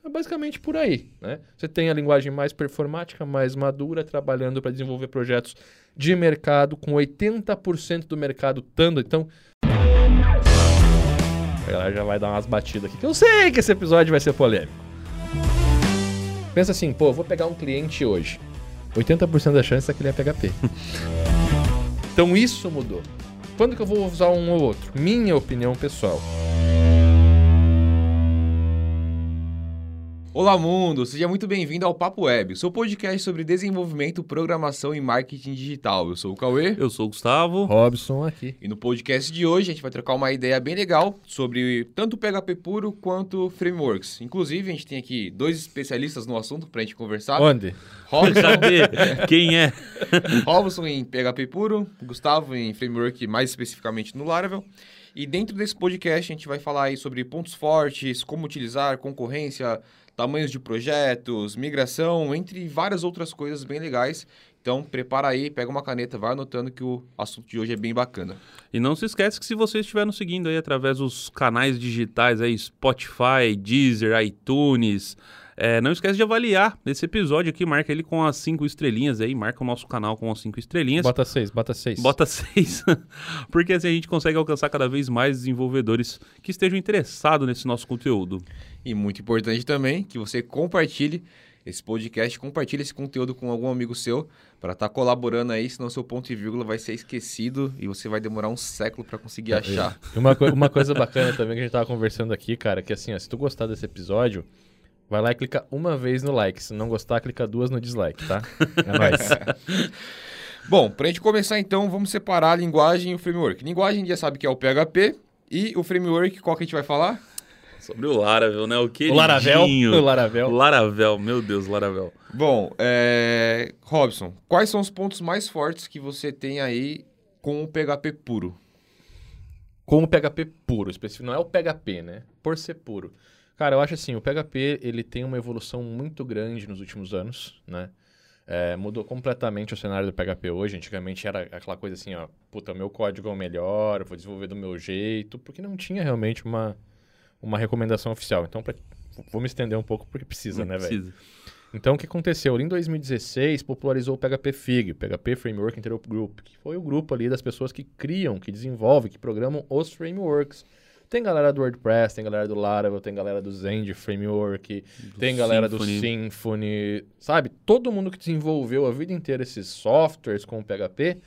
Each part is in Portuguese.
É basicamente por aí, né? Você tem a linguagem mais performática, mais madura, trabalhando para desenvolver projetos de mercado, com 80% do mercado estando. Então, a galera já vai dar umas batidas aqui, que eu sei que esse episódio vai ser polêmico. Pensa assim, pô, vou pegar um cliente hoje. 80% da chance é que ele é PHP. Então isso mudou. Quando que eu vou usar um ou outro? Minha opinião pessoal. Olá, mundo! Seja muito bem-vindo ao Papo Web, seu podcast sobre desenvolvimento, programação e marketing digital. Eu sou o Cauê. Eu sou o Gustavo. Robson aqui. E no podcast de hoje a gente vai trocar uma ideia bem legal sobre tanto PHP puro quanto frameworks. Inclusive, a gente tem aqui dois especialistas no assunto pra gente conversar. Onde? Robson, Saber quem é. Robson em PHP puro, Gustavo em framework, mais especificamente no Laravel. E dentro desse podcast a gente vai falar aí sobre pontos fortes, como utilizar, concorrência, tamanhos de projetos, migração, entre várias outras coisas bem legais. Então, prepara aí, pega uma caneta, vai anotando que o assunto de hoje é bem bacana. E não se esquece que se você estiver nos seguindo aí através dos canais digitais aí, Spotify, Deezer, iTunes, não esquece de avaliar esse episódio aqui, marca ele com as 5 estrelinhas aí, marca o nosso canal com as 5 estrelinhas. Bota 6, bota 6. Bota 6, porque assim a gente consegue alcançar cada vez mais desenvolvedores que estejam interessados nesse nosso conteúdo. E muito importante também que você compartilhe esse podcast, compartilhe esse conteúdo com algum amigo seu para estar colaborando aí, senão seu ponto e vírgula vai ser esquecido e você vai demorar um século para conseguir achar. Uma coisa bacana também que a gente tava conversando aqui, cara, que assim, ó, se tu gostar desse episódio, vai lá e clica uma vez no like. Se não gostar, clica 2 no dislike, tá? É nóis. Bom, pra gente começar então, vamos separar a linguagem e o framework. Linguagem a gente já sabe que é o PHP e o framework, qual que a gente vai falar? Sobre o Laravel, né? O queridinho. O Laravel. Laravel, meu Deus, Laravel. Bom, Robson, quais são os pontos mais fortes que você tem aí com o PHP puro? Com o PHP puro, específico, não é o PHP, né? Por ser puro. Cara, eu acho assim, o PHP, ele tem uma evolução muito grande nos últimos anos, né? Mudou completamente o cenário do PHP hoje. Antigamente era aquela coisa assim, ó, puta, meu código é o melhor, eu vou desenvolver do meu jeito, porque não tinha realmente uma recomendação oficial. Então, vou me estender um pouco porque precisa, né, velho? Então, o que aconteceu? Em 2016, popularizou o PHP FIG, PHP Framework Interop Group, que foi o grupo ali das pessoas que criam, que desenvolvem, que programam os frameworks. Tem galera do WordPress, tem galera do Laravel, tem galera do Zend Framework, tem galera do Symfony, sabe? Todo mundo que desenvolveu a vida inteira esses softwares com o PHP,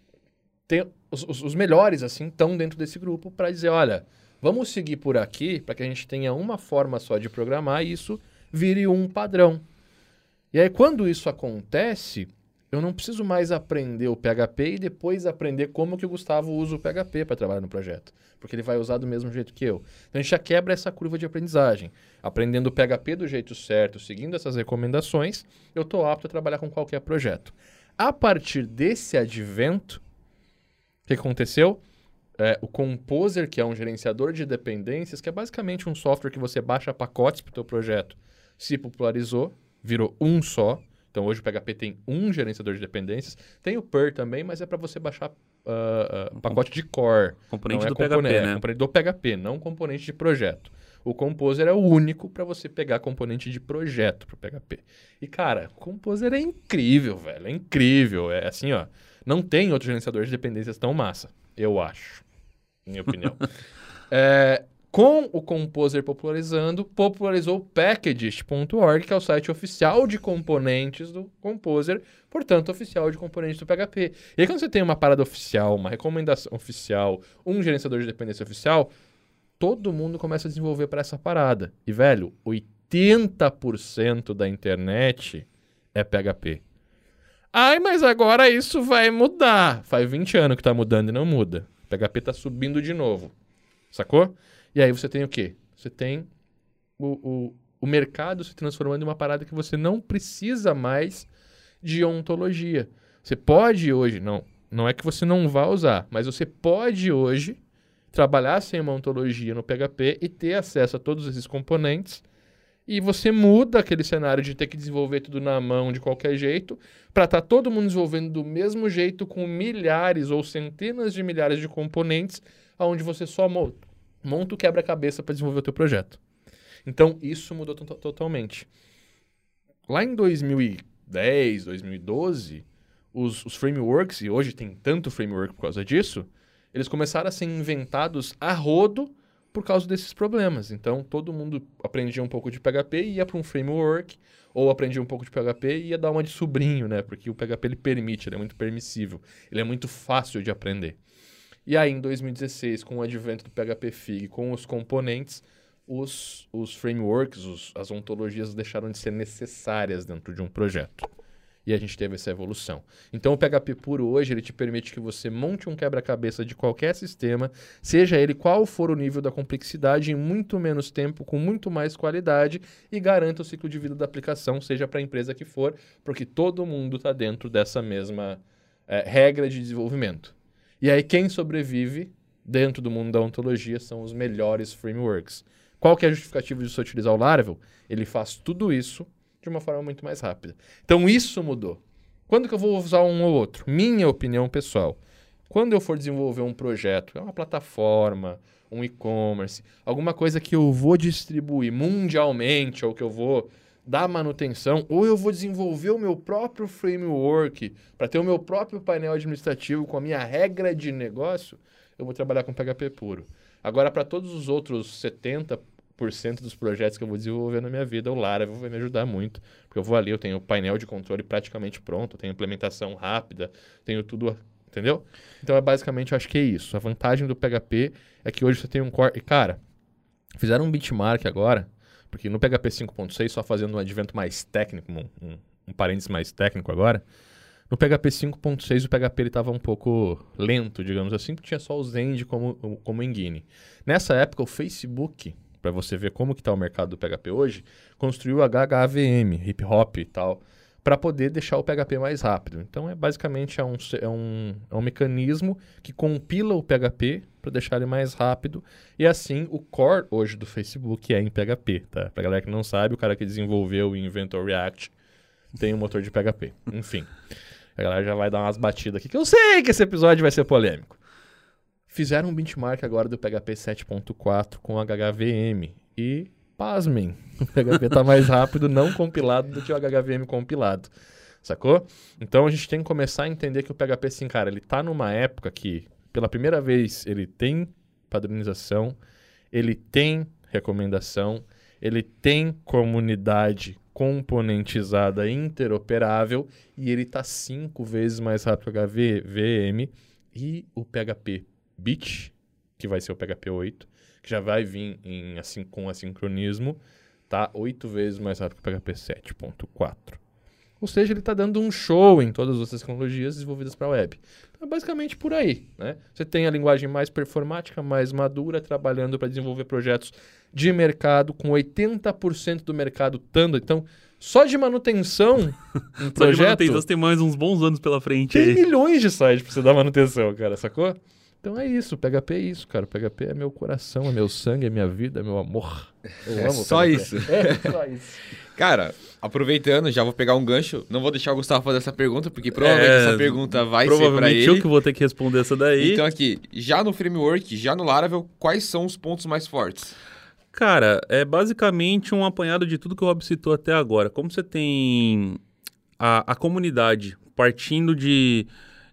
tem os melhores, assim, estão dentro desse grupo para dizer, olha, vamos seguir por aqui para que a gente tenha uma forma só de programar e isso vire um padrão. E aí, quando isso acontece, eu não preciso mais aprender o PHP e depois aprender como que o Gustavo usa o PHP para trabalhar no projeto. Porque ele vai usar do mesmo jeito que eu. Então, a gente já quebra essa curva de aprendizagem. Aprendendo o PHP do jeito certo, seguindo essas recomendações, eu estou apto a trabalhar com qualquer projeto. A partir desse advento, o que aconteceu? O Composer, que é um gerenciador de dependências, que é basicamente um software que você baixa pacotes para o teu projeto, se popularizou, virou um só. Então, hoje o PHP tem um gerenciador de dependências. Tem o PER também, mas é para você baixar pacote de core. Componente do PHP, né? Componente do PHP, não componente de projeto. O Composer é o único para você pegar componente de projeto para o PHP. E, cara, o Composer é incrível, velho. É incrível. É assim, ó. Não tem outro gerenciador de dependências tão massa, eu acho. Minha opinião. Com o Composer popularizou o Packagist.org, que é o site oficial de componentes do Composer, portanto, oficial de componentes do PHP. E aí, quando você tem uma parada oficial, uma recomendação oficial, um gerenciador de dependência oficial, todo mundo começa a desenvolver para essa parada. E, velho, 80% da internet é PHP. Ai, mas agora isso vai mudar. Faz 20 anos que tá mudando e não muda. O PHP tá subindo de novo. Sacou? E aí você tem o quê? Você tem o mercado se transformando em uma parada que você não precisa mais de ontologia. Você pode hoje, não é que você não vá usar, mas você pode hoje trabalhar sem uma ontologia no PHP e ter acesso a todos esses componentes. E você muda aquele cenário de ter que desenvolver tudo na mão de qualquer jeito para estar todo mundo desenvolvendo do mesmo jeito com milhares ou centenas de milhares de componentes onde você só monta o quebra-cabeça para desenvolver o teu projeto. Então, isso mudou totalmente. Lá em 2010, 2012, os frameworks, e hoje tem tanto framework por causa disso, eles começaram a ser inventados a rodo por causa desses problemas. Então, todo mundo aprendia um pouco de PHP e ia para um framework, ou aprendia um pouco de PHP e ia dar uma de sobrinho, né? Porque o PHP ele permite, ele é muito permissível, ele é muito fácil de aprender. E aí, em 2016, com o advento do PHP Fig, com os componentes, os frameworks, as ontologias deixaram de ser necessárias dentro de um projeto. E a gente teve essa evolução. Então, o PHP puro hoje, ele te permite que você monte um quebra-cabeça de qualquer sistema, seja ele qual for o nível da complexidade, em muito menos tempo, com muito mais qualidade, e garanta o ciclo de vida da aplicação, seja para a empresa que for, porque todo mundo está dentro dessa mesma regra de desenvolvimento. E aí, quem sobrevive dentro do mundo da ontologia são os melhores frameworks. Qual que é a justificativa de você utilizar o Laravel? Ele faz tudo isso de uma forma muito mais rápida. Então, isso mudou. Quando que eu vou usar um ou outro? Minha opinião pessoal. Quando eu for desenvolver um projeto, uma plataforma, um e-commerce, alguma coisa que eu vou distribuir mundialmente ou que eu vou dar manutenção, ou eu vou desenvolver o meu próprio framework para ter o meu próprio painel administrativo com a minha regra de negócio, eu vou trabalhar com PHP puro. Agora, para todos os outros 70% dos projetos que eu vou desenvolver na minha vida, o Laravel vai me ajudar muito, porque eu vou ali, eu tenho o painel de controle praticamente pronto, eu tenho implementação rápida, tenho tudo, entendeu? Então, basicamente, eu acho que é isso. A vantagem do PHP é que hoje você tem um core... E, cara, fizeram um benchmark agora, porque no PHP 5.6, só fazendo um advento mais técnico, um parênteses mais técnico agora, no PHP 5.6 o PHP estava um pouco lento, digamos assim, porque tinha só o Zend como engine. Nessa época, o Facebook, para você ver como que está o mercado do PHP hoje, construiu o HHVM, hip hop e tal, para poder deixar o PHP mais rápido. Então, basicamente é um mecanismo que compila o PHP para deixar ele mais rápido. E assim, o core hoje do Facebook é em PHP, tá? Para galera que não sabe, o cara que desenvolveu e inventou o React tem um motor de PHP. Enfim, a galera já vai dar umas batidas aqui, que eu sei que esse episódio vai ser polêmico. Fizeram um benchmark agora do PHP 7.4 com HHVM e, pasmem, o PHP está mais rápido não compilado do que o HHVM compilado, sacou? Então a gente tem que começar a entender que o PHP, sim, cara, ele está numa época que, pela primeira vez, ele tem padronização, ele tem recomendação, ele tem comunidade componentizada interoperável e ele está 5 vezes mais rápido que o HVM e o PHP Bit, que vai ser o PHP 8, que já vai vir com assincronismo, tá 8 vezes mais rápido que o PHP 7.4. Ou seja, ele está dando um show em todas as outras tecnologias desenvolvidas para a web. Então, é basicamente por aí, né? Você tem a linguagem mais performática, mais madura, trabalhando para desenvolver projetos de mercado, com 80% do mercado estando. Então, só de manutenção, um projeto... Só de manutenção, você tem mais uns bons anos pela frente tem aí. Milhões de sites para você dar manutenção, cara, sacou? Então é isso, o PHP é isso, cara. O PHP é meu coração, é meu sangue, é minha vida, é meu amor. Eu amo só PHP. isso. É só isso. Cara, aproveitando, já vou pegar um gancho. Não vou deixar o Gustavo fazer essa pergunta, porque provavelmente essa pergunta vai ser pra ele. Provavelmente eu que vou ter que responder essa daí. Então aqui, já no framework, já no Laravel, quais são os pontos mais fortes? Cara, é basicamente um apanhado de tudo que o Rob citou até agora. Como você tem a comunidade partindo de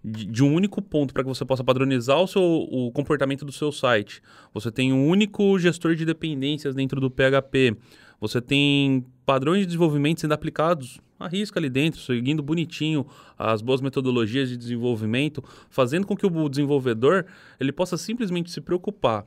um único ponto para que você possa padronizar o comportamento do seu site. Você tem um único gestor de dependências dentro do PHP. Você tem padrões de desenvolvimento sendo aplicados à risca ali dentro, seguindo bonitinho as boas metodologias de desenvolvimento, fazendo com que o desenvolvedor ele possa simplesmente se preocupar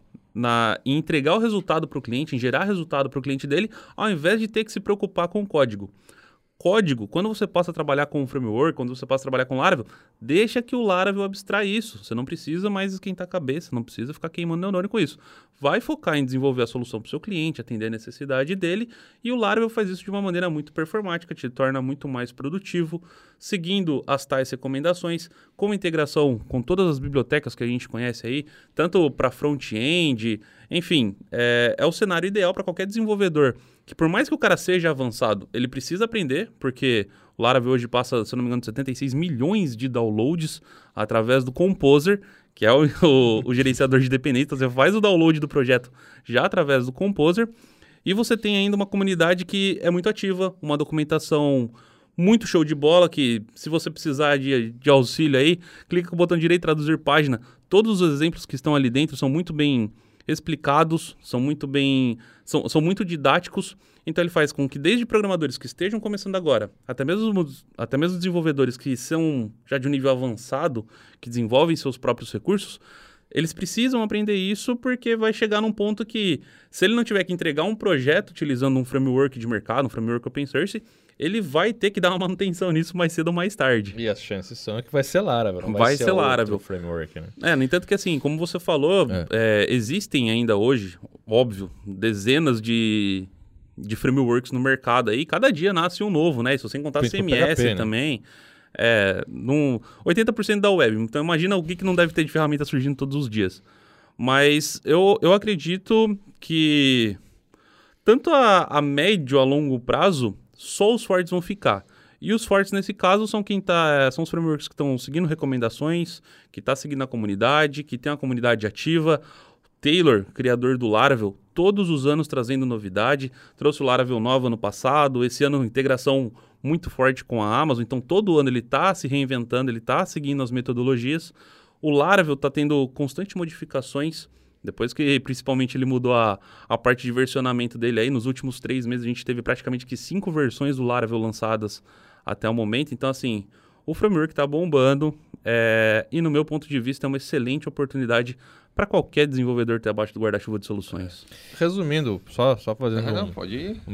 em entregar o resultado para o cliente, em gerar resultado para o cliente dele, ao invés de ter que se preocupar com o código. Código, quando você passa a trabalhar com um framework, quando você passa a trabalhar com Laravel, deixa que o Laravel abstrai isso. Você não precisa mais esquentar a cabeça, não precisa ficar queimando neurônio com isso. Vai focar em desenvolver a solução para o seu cliente, atender a necessidade dele, e o Laravel faz isso de uma maneira muito performática, te torna muito mais produtivo, seguindo as tais recomendações, com integração com todas as bibliotecas que a gente conhece aí, tanto para front-end, enfim, é o cenário ideal para qualquer desenvolvedor, que por mais que o cara seja avançado, ele precisa aprender, porque o Laravel hoje passa, se eu não me engano, 76 milhões de downloads através do Composer, que é o gerenciador de dependência. Então, você faz o download do projeto já através do Composer. E você tem ainda uma comunidade que é muito ativa, uma documentação muito show de bola, que se você precisar de auxílio aí, clica com o botão direito, traduzir página. Todos os exemplos que estão ali dentro são muito bem explicados, são muito didáticos. Então ele faz com que desde programadores que estejam começando agora, até mesmo desenvolvedores que são já de um nível avançado, que desenvolvem seus próprios recursos, eles precisam aprender isso porque vai chegar num ponto que, se ele não tiver que entregar um projeto utilizando um framework de mercado, um framework open source, ele vai ter que dar uma manutenção nisso mais cedo ou mais tarde. E as chances são que vai ser Laravel, não vai ser Laravel. outro framework, né? No entanto que assim, como você falou, existem ainda hoje, óbvio, dezenas de frameworks no mercado aí, cada dia nasce um novo, né? Se você contar CMS PHP, também, 80% da web. Então imagina o que não deve ter de ferramenta surgindo todos os dias. Mas eu acredito que tanto a médio a longo prazo, só os fortes vão ficar. E os fortes, nesse caso, são são os frameworks que estão seguindo recomendações, que está seguindo a comunidade, que tem uma comunidade ativa. Taylor, criador do Laravel, todos os anos trazendo novidade, trouxe o Laravel 9 ano passado, esse ano integração muito forte com a Amazon, então todo ano ele está se reinventando, ele está seguindo as metodologias. O Laravel está tendo constantes modificações, depois que principalmente ele mudou a parte de versionamento dele aí, nos últimos 3 meses a gente teve praticamente que 5 versões do Laravel lançadas até o momento, então assim, o framework está bombando e no meu ponto de vista é uma excelente oportunidade para qualquer desenvolvedor ter abaixo do guarda-chuva de soluções. Resumindo, só fazendo pode ir.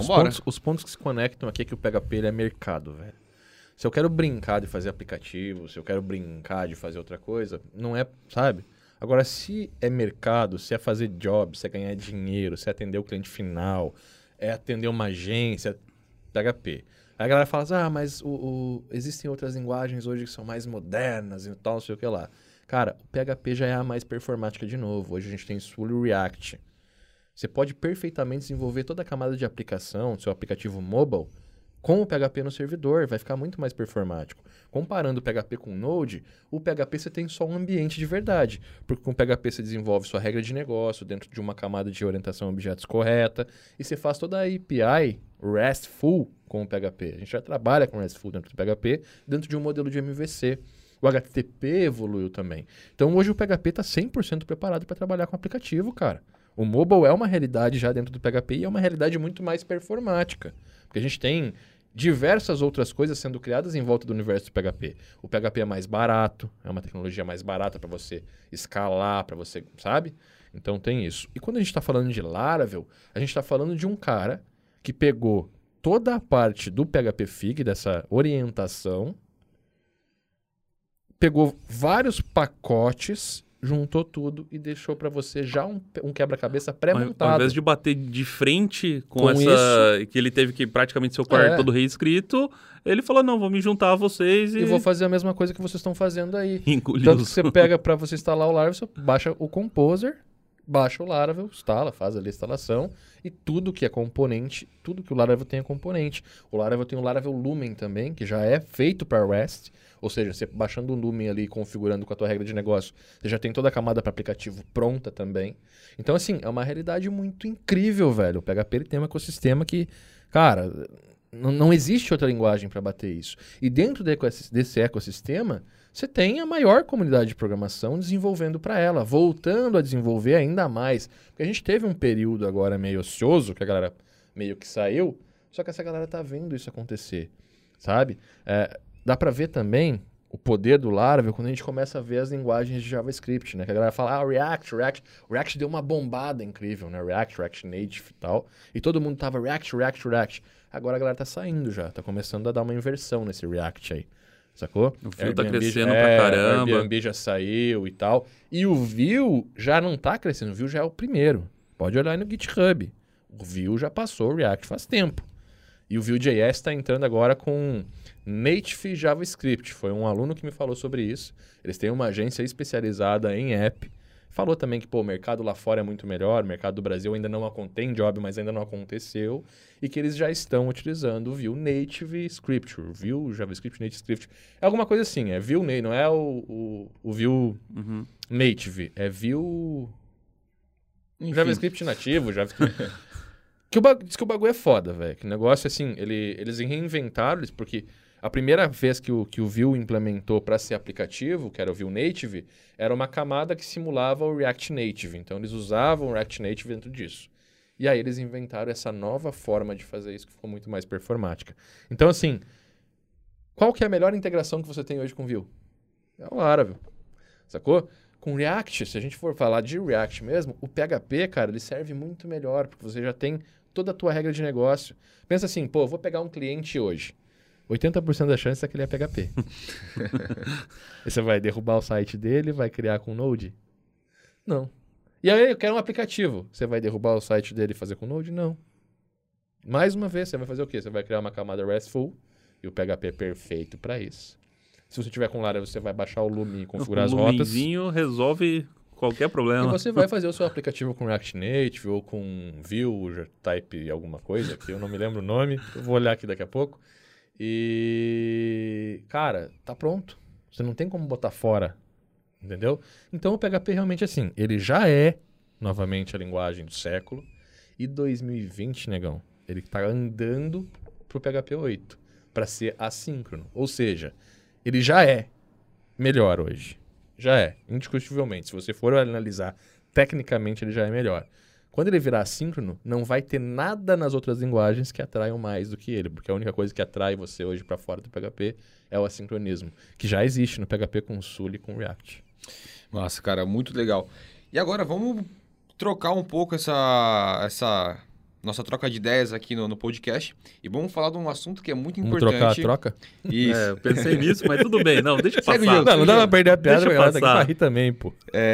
Os pontos que se conectam aqui é que o PHP ele é mercado, velho. Se eu quero brincar de fazer aplicativo, se eu quero brincar de fazer outra coisa, não é, sabe? Agora, se é mercado, se é fazer job, se é ganhar dinheiro, se é atender o cliente final, é atender uma agência, PHP. Aí a galera fala assim, mas existem outras linguagens hoje que são mais modernas e tal, não sei o que lá. Cara, o PHP já é a mais performática de novo. Hoje a gente tem Swole React. Você pode perfeitamente desenvolver toda a camada de aplicação, seu aplicativo mobile, com o PHP no servidor. Vai ficar muito mais performático. Comparando o PHP com o Node, o PHP você tem só um ambiente de verdade. Porque com o PHP você desenvolve sua regra de negócio dentro de uma camada de orientação a objetos correta. E você faz toda a API RESTful com o PHP. A gente já trabalha com RESTful dentro do PHP, dentro de um modelo de MVC. O HTTP evoluiu também. Então, hoje o PHP está 100% preparado para trabalhar com aplicativo, cara. O mobile é uma realidade já dentro do PHP e é uma realidade muito mais performática. Porque a gente tem diversas outras coisas sendo criadas em volta do universo do PHP. O PHP é mais barato, é uma tecnologia mais barata para você escalar, para você, sabe? Então, tem isso. E quando a gente está falando de Laravel, a gente está falando de um cara que pegou toda a parte do PHP Fig, dessa orientação, pegou vários pacotes, juntou tudo e deixou para você já um quebra-cabeça pré-montado. Ao invés de bater de frente com essa... que ele teve que praticamente seu quarto todo reescrito, ele falou, não, vou me juntar a vocês e... vou fazer a mesma coisa que vocês estão fazendo aí. Engoliu. Tanto que você pega para você instalar o Laravel, você baixa o Composer, baixa o Laravel, instala, faz ali a instalação e tudo que é componente, tudo que o Laravel tem é componente. O Laravel tem o Laravel Lumen também, que já é feito para REST. Ou seja, você baixando o Lumen ali e configurando com a tua regra de negócio, você já tem toda a camada para aplicativo pronta também. Então, assim, é uma realidade muito incrível, velho. O PHP ele tem um ecossistema que, cara, não existe outra linguagem para bater isso. E dentro desse ecossistema, você tem a maior comunidade de programação desenvolvendo para ela, voltando a desenvolver ainda mais. Porque a gente teve um período agora meio ocioso, que a galera meio que saiu, só que essa galera tá vendo isso acontecer, sabe? Dá para ver também o poder do Laravel quando a gente começa a ver as linguagens de JavaScript, né? Que a galera fala, React deu uma bombada incrível, né? React Native e tal. E todo mundo tava React. Agora a galera tá saindo já, tá começando a dar uma inversão nesse React aí, sacou? O Vue tá crescendo pra caramba. O Airbnb já saiu e tal. E o Vue já não tá crescendo, o Vue já é o primeiro. Pode olhar aí no GitHub. O Vue já passou o React faz tempo. E o Vue.js está entrando agora com Native JavaScript. Foi um aluno que me falou sobre isso. Eles têm uma agência especializada em app. Falou também que o mercado lá fora é muito melhor. O mercado do Brasil ainda não tem job, mas ainda não aconteceu. E que eles já estão utilizando o Vue Native Script. O Vue JavaScript Native Script. É alguma coisa assim. É Vue Native, não é o Vue Native. É Vue... Enfim. JavaScript nativo, JavaScript... Diz que o bagulho é foda, velho. Que o negócio, assim, eles reinventaram, porque a primeira vez que o Vue implementou para ser aplicativo, que era o Vue Native, era uma camada que simulava o React Native. Então, eles usavam o React Native dentro disso. E aí, eles inventaram essa nova forma de fazer isso, que ficou muito mais performática. Então, assim, qual que é a melhor integração que você tem hoje com Vue? É o Laravel. Sacou? Com React, se a gente for falar de React mesmo, o PHP, cara, ele serve muito melhor, porque você já tem toda a tua regra de negócio. Pensa assim, pô, eu vou pegar um cliente hoje. 80% da chance é que ele é PHP. E você vai derrubar o site dele, vai criar com Node? Não. E aí eu quero um aplicativo. Você vai derrubar o site dele e fazer com Node? Não. Mais uma vez, você vai fazer o quê? Você vai criar uma camada RESTful e o PHP é perfeito para isso. Se você tiver com Laravel, você vai baixar o Lumen e configurar as rotas. O Lumenzinho resolve qualquer problema. E você vai fazer o seu aplicativo com React Native ou com Vue, Type alguma coisa, que eu não me lembro o nome. Eu vou olhar aqui daqui a pouco. E, cara, tá pronto. Você não tem como botar fora, entendeu? Então o PHP realmente, assim, ele já é, novamente, a linguagem do século. E 2020, negão, ele tá andando pro PHP 8 para ser assíncrono. Ou seja, ele já é melhor hoje. Já é, indiscutivelmente. Se você for analisar, tecnicamente ele já é melhor. Quando ele virar assíncrono, não vai ter nada nas outras linguagens que atraiam mais do que ele, porque a única coisa que atrai você hoje para fora do PHP é o assincronismo, que já existe no PHP com Sul e com React. Nossa, cara, muito legal. E agora vamos trocar um pouco essa nossa troca de ideias aqui no podcast e vamos falar de um assunto que é muito Vamos importante. trocar a troca? Isso. Eu pensei nisso, mas tudo bem. Não, deixa eu Segue o passar. jogo. Não dá pra perder a piada, Deixa eu porque ela tá aqui passar. pra rir também, pô.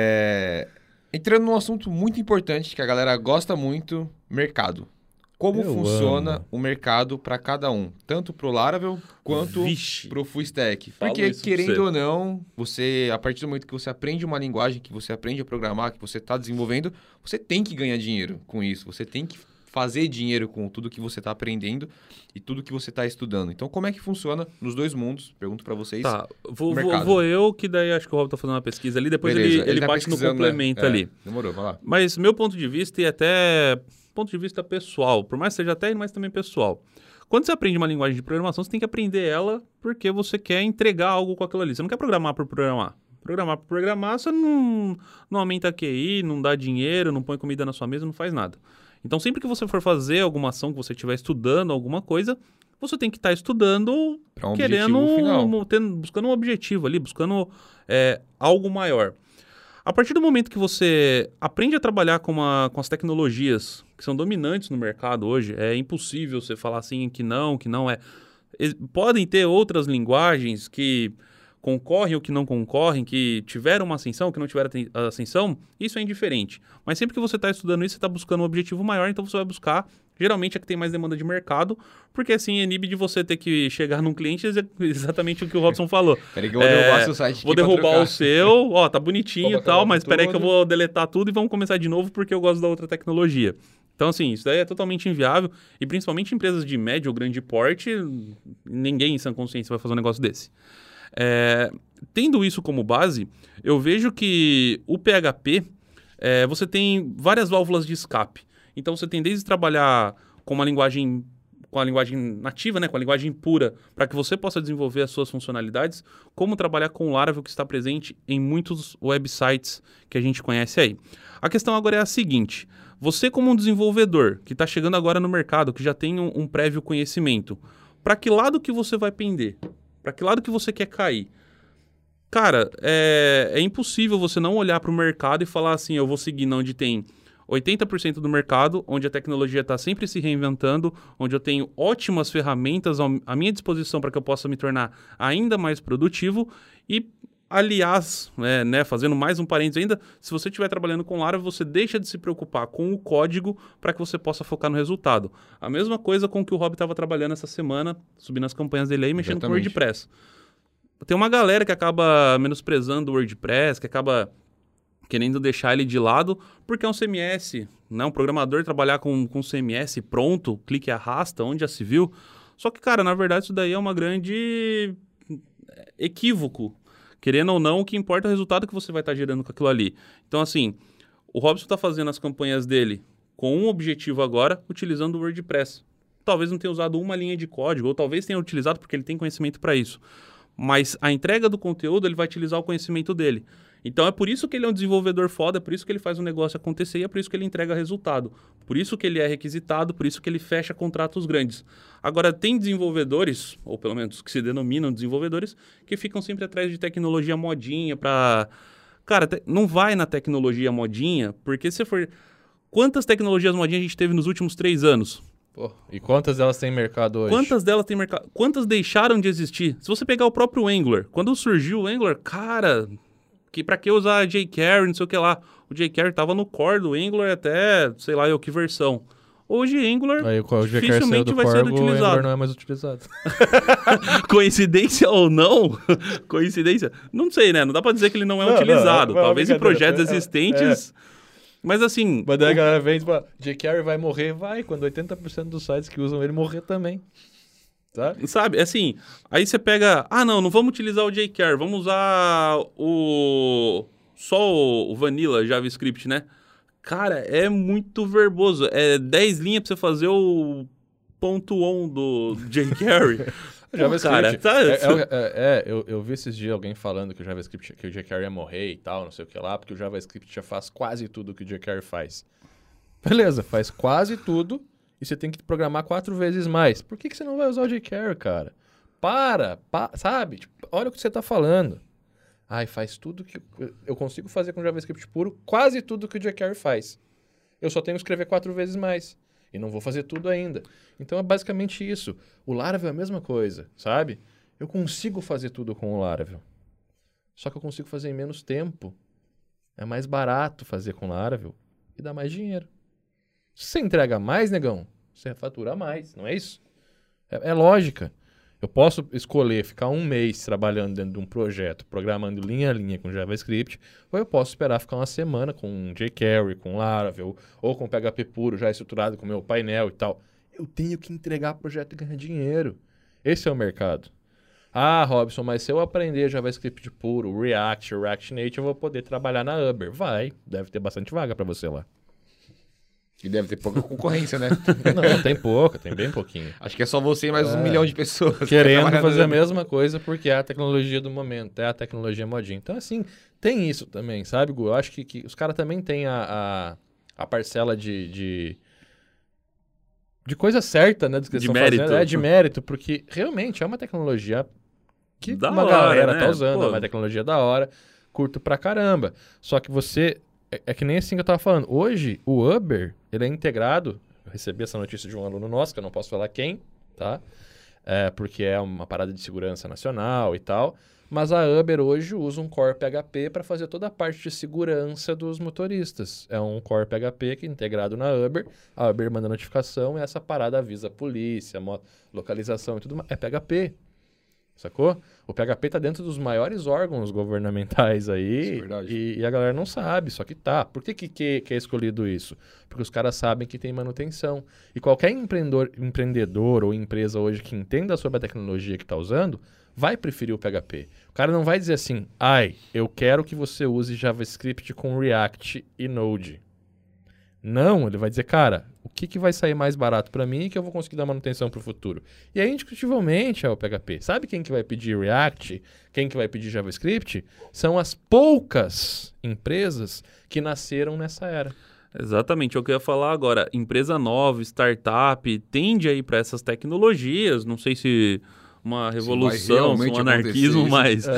Entrando num assunto muito importante que a galera gosta muito, mercado. Como Eu funciona amo. o mercado para cada um, tanto pro Laravel quanto Vixe. pro Full Stack. Fala Porque, isso pra querendo você. ou não, você, a partir do momento que você aprende uma linguagem, que você aprende a programar, que você está desenvolvendo, você tem que ganhar dinheiro com isso. Você tem que fazer dinheiro com tudo que você está aprendendo e tudo que você está estudando. Então, como é que funciona nos dois mundos? Pergunto para vocês. Tá, mercado. vou eu, que daí acho que o Rob tá fazendo uma pesquisa ali, depois Beleza, ele tá bate no pesquisando, né? complemento ali. Demorou, vai lá. Mas meu ponto de vista, e até ponto de vista pessoal, por mais que seja técnico, mas também pessoal. Quando você aprende uma linguagem de programação, você tem que aprender ela porque você quer entregar algo com aquilo ali. Você não quer programar por programar. Programar por programar, você não aumenta a QI, não dá dinheiro, não põe comida na sua mesa, não faz nada. Então, sempre que você for fazer alguma ação, que você estiver estudando alguma coisa, você tem que estar estudando Pra um querendo, objetivo final. buscando um objetivo ali, buscando algo maior. A partir do momento que você aprende a trabalhar com as tecnologias que são dominantes no mercado hoje, é impossível você falar assim que não é. Podem ter outras linguagens que concorrem ou que não concorrem, que tiveram uma ascensão, que não tiveram ascensão, isso é indiferente. Mas sempre que você está estudando isso, você está buscando um objetivo maior, então você vai buscar, geralmente, a que tem mais demanda de mercado, porque assim inibe de você ter que chegar num cliente exatamente o que o Robson falou. Peraí que eu vou derrubar seu site Vou aqui pra derrubar trocar. o seu, ó, tá bonitinho Vou e tal, acabar mas com peraí que eu tudo. vou deletar tudo e vamos começar de novo porque eu gosto da outra tecnologia. Então, assim, isso daí é totalmente inviável e principalmente empresas de médio ou grande porte, ninguém em sã consciência vai fazer um negócio desse. Tendo isso como base, eu vejo que o PHP, você tem várias válvulas de escape. Então, você tem desde trabalhar com a linguagem nativa, né, com a linguagem pura, para que você possa desenvolver as suas funcionalidades, como trabalhar com o Laravel, que está presente em muitos websites que a gente conhece aí. A questão agora é a seguinte: você como um desenvolvedor que está chegando agora no mercado, que já tem um prévio conhecimento, para que lado que você vai pender? Para que lado que você quer cair? Cara, é impossível você não olhar para o mercado e falar assim, eu vou seguir onde tem 80% do mercado, onde a tecnologia está sempre se reinventando, onde eu tenho ótimas ferramentas à minha disposição para que eu possa me tornar ainda mais produtivo e, aliás, fazendo mais um parênteses ainda, se você estiver trabalhando com Laravel, você deixa de se preocupar com o código para que você possa focar no resultado. A mesma coisa com o que o Rob estava trabalhando essa semana, subindo as campanhas dele aí, mexendo com o WordPress. Tem uma galera que acaba menosprezando o WordPress, que acaba querendo deixar ele de lado, porque é um CMS, né? Um programador trabalhar com CMS pronto, clique e arrasta, onde já se viu. Só que, cara, na verdade isso daí é uma grande equívoco. Querendo ou não, o que importa é o resultado que você vai estar gerando com aquilo ali. Então, assim, o Robson está fazendo as campanhas dele com um objetivo agora, utilizando o WordPress. Talvez não tenha usado uma linha de código, ou talvez tenha utilizado porque ele tem conhecimento para isso. Mas a entrega do conteúdo, ele vai utilizar o conhecimento dele. Então é por isso que ele é um desenvolvedor foda, é por isso que ele faz o negócio acontecer e é por isso que ele entrega resultado. Por isso que ele é requisitado, por isso que ele fecha contratos grandes. Agora, tem desenvolvedores, ou pelo menos que se denominam desenvolvedores, que ficam sempre atrás de tecnologia modinha para... Cara, não vai na tecnologia modinha, porque se for... Quantas tecnologias modinhas a gente teve nos últimos 3 anos? Pô, e quantas delas tem mercado hoje? Quantas delas tem mercado? Quantas deixaram de existir? Se você pegar o próprio Angular, quando surgiu o Angular, cara, pra que usar jQuery, não sei o que lá. O jQuery tava no core do Angular até, sei lá, que versão. Hoje Angular Aí, o dificilmente vai ser o Angular utilizado. não é mais utilizado. Coincidência ou não? Coincidência? Não sei, né? Não dá pra dizer que ele não é utilizado. Talvez em projetos existentes... Mas assim... Mas daí a galera vem e diz, jQuery vai morrer? Vai, quando 80% dos sites que usam ele morrer também. Sabe, assim, aí você pega... Ah, não vamos utilizar o jQuery, vamos usar só o Vanilla JavaScript, né? Cara, é muito verboso. É 10 linhas pra você fazer o ponto on do jQuery. JavaScript, cara, eu vi esses dias alguém falando que o JavaScript, que o jQuery ia morrer e tal, não sei o que lá, porque o JavaScript já faz quase tudo que o jQuery faz. Beleza, faz quase tudo e você tem que programar 4 vezes mais. Por que você não vai usar o jQuery, cara? Sabe? Tipo, olha o que você tá falando. Ai, faz tudo que... Eu consigo fazer com JavaScript puro quase tudo que o jQuery faz. Eu só tenho que escrever 4 vezes mais. E não vou fazer tudo ainda. Então é basicamente isso. O Laravel é a mesma coisa, sabe? Eu consigo fazer tudo com o Laravel. Só que eu consigo fazer em menos tempo. É mais barato fazer com o Laravel e dá mais dinheiro. Se você entrega mais, negão, você fatura mais, não é isso? É lógica. Eu posso escolher ficar 1 mês trabalhando dentro de um projeto, programando linha a linha com JavaScript, ou eu posso esperar ficar 1 semana com jQuery, com Laravel, ou com PHP puro, já estruturado com meu painel e tal. Eu tenho que entregar projeto e ganhar dinheiro. Esse é o mercado. Ah, Robson, mas se eu aprender JavaScript puro, React Native, eu vou poder trabalhar na Uber. Vai, deve ter bastante vaga para você lá. E deve ter pouca concorrência, né? Não, tem pouca, tem bem pouquinho. Acho que é só você e mais 1 milhão de pessoas. Querendo fazer a mesma coisa porque é a tecnologia do momento, é a tecnologia modinha. Então, assim, tem isso também, sabe, Gu? Eu acho que os caras também têm a parcela de coisa certa, né? Do que eles De estão mérito. fazendo. É de mérito, porque realmente é uma tecnologia que Da uma hora, galera né? tá usando, Pô. é uma tecnologia da hora, curto pra caramba. Só que você... É que nem assim que eu tava falando. Hoje, o Uber, ele é integrado. Eu recebi essa notícia de um aluno nosso, que eu não posso falar quem, tá? Porque é uma parada de segurança nacional e tal. Mas a Uber hoje usa um Core PHP para fazer toda a parte de segurança dos motoristas. É um Core PHP que é integrado na Uber. A Uber manda notificação e essa parada avisa a polícia, localização e tudo mais. É PHP. Sacou? O PHP tá dentro dos maiores órgãos governamentais aí. Isso é verdade. E a galera não sabe, só que tá. Por que é escolhido isso? Porque os caras sabem que tem manutenção. E qualquer empreendedor ou empresa hoje que entenda sobre a tecnologia que tá usando, vai preferir o PHP. O cara não vai dizer assim, eu quero que você use JavaScript com React e Node. Não, ele vai dizer, cara, o que vai sair mais barato para mim e que eu vou conseguir dar manutenção para o futuro? E aí, indiscutivelmente, é o PHP. Sabe quem que vai pedir React? Quem que vai pedir JavaScript? São as poucas empresas que nasceram nessa era. Exatamente, é o que eu ia falar agora. Empresa nova, startup, tende a ir para essas tecnologias. Não sei se uma revolução, se um anarquismo, mas...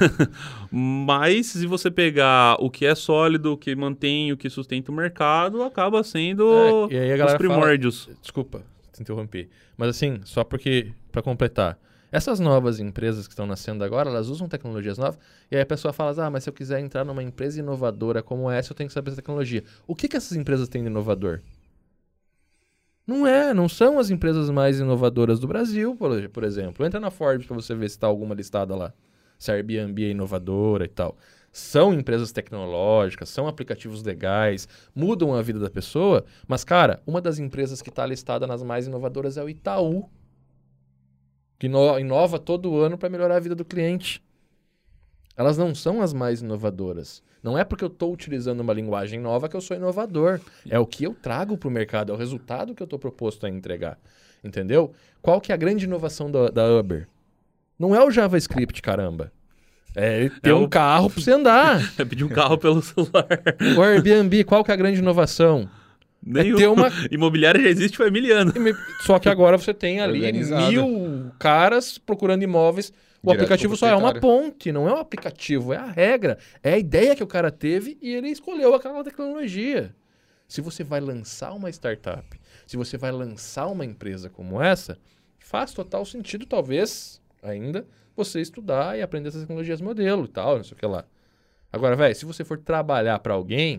Mas se você pegar o que é sólido, o que mantém, o que sustenta o mercado, acaba sendo e aí a galera os primórdios. Fala, desculpa, te interrompi. Mas assim, só porque, para completar, essas novas empresas que estão nascendo agora, elas usam tecnologias novas, e aí a pessoa fala, mas se eu quiser entrar numa empresa inovadora como essa, eu tenho que saber essa tecnologia. O que essas empresas têm de inovador? Não são as empresas mais inovadoras do Brasil, por exemplo. Entra na Forbes para você ver se está alguma listada lá. Se a Airbnb é inovadora e tal. São empresas tecnológicas, são aplicativos legais, mudam a vida da pessoa, mas, cara, uma das empresas que está listada nas mais inovadoras é o Itaú, que inova todo ano para melhorar a vida do cliente. Elas não são as mais inovadoras. Não é porque eu estou utilizando uma linguagem nova que eu sou inovador. É o que eu trago para o mercado, é o resultado que eu estou proposto a entregar. Entendeu? Qual que é a grande inovação da Uber? Não é o JavaScript, caramba. É ter um carro para você andar. É pedir um carro pelo celular. O Airbnb, qual que é a grande inovação? Nem ter uma... Imobiliária já existe faz 1000 anos. Só que agora você tem ali Organizado. 1000 caras procurando imóveis. O Direto aplicativo pro só é uma proprietário. ponte, não é um aplicativo, é a regra. É a ideia que o cara teve e ele escolheu aquela tecnologia. Se você vai lançar uma startup, se você vai lançar uma empresa como essa, faz total sentido, talvez, ainda, você estudar e aprender essas tecnologias modelo e tal, não sei o que lá. Agora, velho, se você for trabalhar para alguém...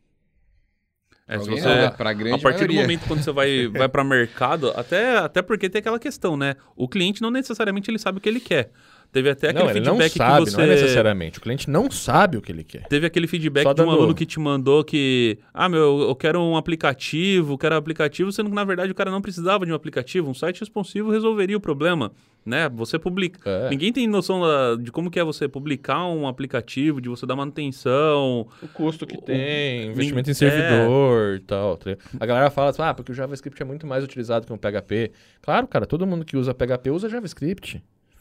Se Alguém você, não, pra grande a partir maioria. do momento quando você vai para mercado, até porque tem aquela questão, né? O cliente não necessariamente ele sabe o que ele quer. Teve até aquele Não, ele não feedback sabe, que você... não é necessariamente. O cliente não sabe o que ele quer. Teve aquele feedback Só de um dando- aluno que te mandou que... eu quero um aplicativo, sendo que, na verdade, o cara não precisava de um aplicativo. Um site responsivo resolveria o problema, né? Você publica... É. Ninguém tem noção de como que é você publicar um aplicativo, de você dar manutenção. O custo que O- tem, investimento em é. servidor e tal. Tá ligado? A galera fala assim, porque o JavaScript é muito mais utilizado que um PHP. Claro, cara, todo mundo que usa PHP usa JavaScript.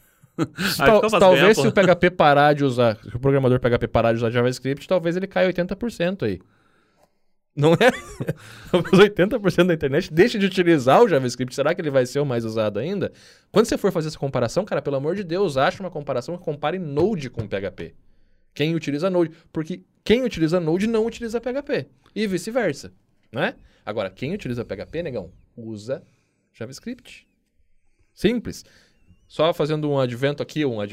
Talvez se o PHP parar de usar, se o programador PHP parar de usar JavaScript, talvez ele caia 80% aí. Não é? Talvez 80% da internet deixe de utilizar o JavaScript. Será que ele vai ser o mais usado ainda? Quando você for fazer essa comparação, cara, pelo amor de Deus, acha uma comparação que compare Node com PHP. Quem utiliza Node. Porque quem utiliza Node não utiliza PHP. E vice-versa, né? Agora, quem utiliza PHP, negão, usa JavaScript. Simples. Só fazendo um advento aqui, um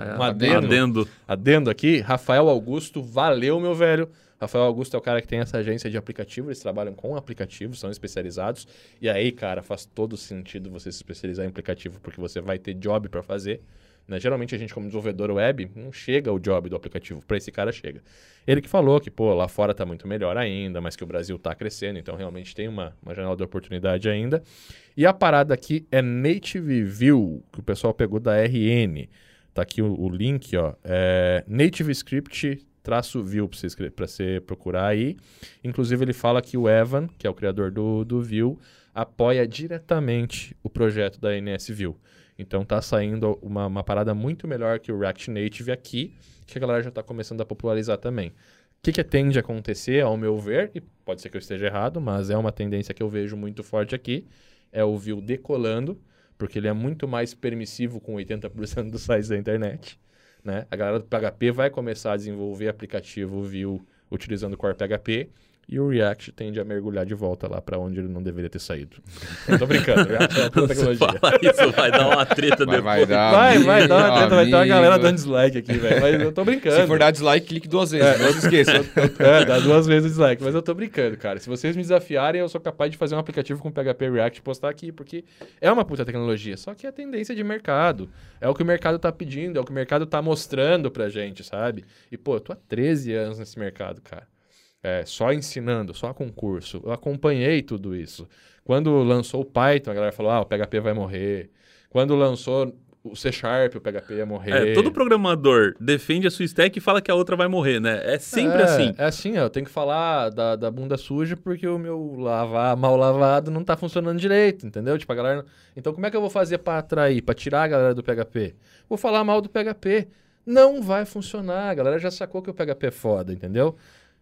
adendo aqui. Rafael Augusto, valeu, meu velho. Rafael Augusto é o cara que tem essa agência de aplicativo, eles trabalham com aplicativos, são especializados. E aí, cara, faz todo sentido você se especializar em aplicativo, porque você vai ter job para fazer. Né? Geralmente a gente, como desenvolvedor web, não chega o job do aplicativo, para esse cara chega. Ele que falou que, lá fora tá muito melhor ainda, mas que o Brasil tá crescendo, então realmente tem uma janela de oportunidade ainda. E a parada aqui é Native View, que o pessoal pegou da RN. Tá aqui o link, ó. É Native Script -view para você procurar aí. Inclusive ele fala que o Evan, que é o criador do Vue, apoia diretamente o projeto da NS Vue. Então tá saindo uma parada muito melhor que o React Native aqui, que a galera já tá começando a popularizar também. O que tende a acontecer, ao meu ver, e pode ser que eu esteja errado, mas é uma tendência que eu vejo muito forte aqui, é o Vue decolando, porque ele é muito mais permissivo com 80% dos sites da internet. Né? A galera do PHP vai começar a desenvolver aplicativo Vue utilizando o Core PHP e o React tende a mergulhar de volta lá para onde ele não deveria ter saído. Eu tô brincando, React é uma puta tecnologia. Isso vai dar uma treta depois. Vai dar Vai dar uma treta, vai ter uma galera amigo. dando dislike aqui, velho. Mas eu tô brincando. Se for dar dislike, clique 2 vezes. Não se esqueça. Dá 2 vezes o dislike, mas eu tô brincando, cara. Se vocês me desafiarem, eu sou capaz de fazer um aplicativo com PHP e React e postar aqui, porque é uma puta tecnologia, só que é a tendência de mercado. É o que o mercado tá pedindo, é o que o mercado tá mostrando pra gente, sabe? E, eu tô há 13 anos nesse mercado, cara. Só ensinando, só concurso. Eu acompanhei tudo isso. Quando lançou o Python, a galera falou, o PHP vai morrer. Quando lançou o C#, o PHP ia morrer. Todo programador defende a sua stack e fala que a outra vai morrer, né? É sempre assim. É assim, eu tenho que falar da bunda suja porque o meu mal lavado não tá funcionando direito, entendeu? Tipo, a galera... Então, como é que eu vou fazer pra atrair, pra tirar a galera do PHP? Vou falar mal do PHP. Não vai funcionar, a galera já sacou que o PHP é foda, entendeu?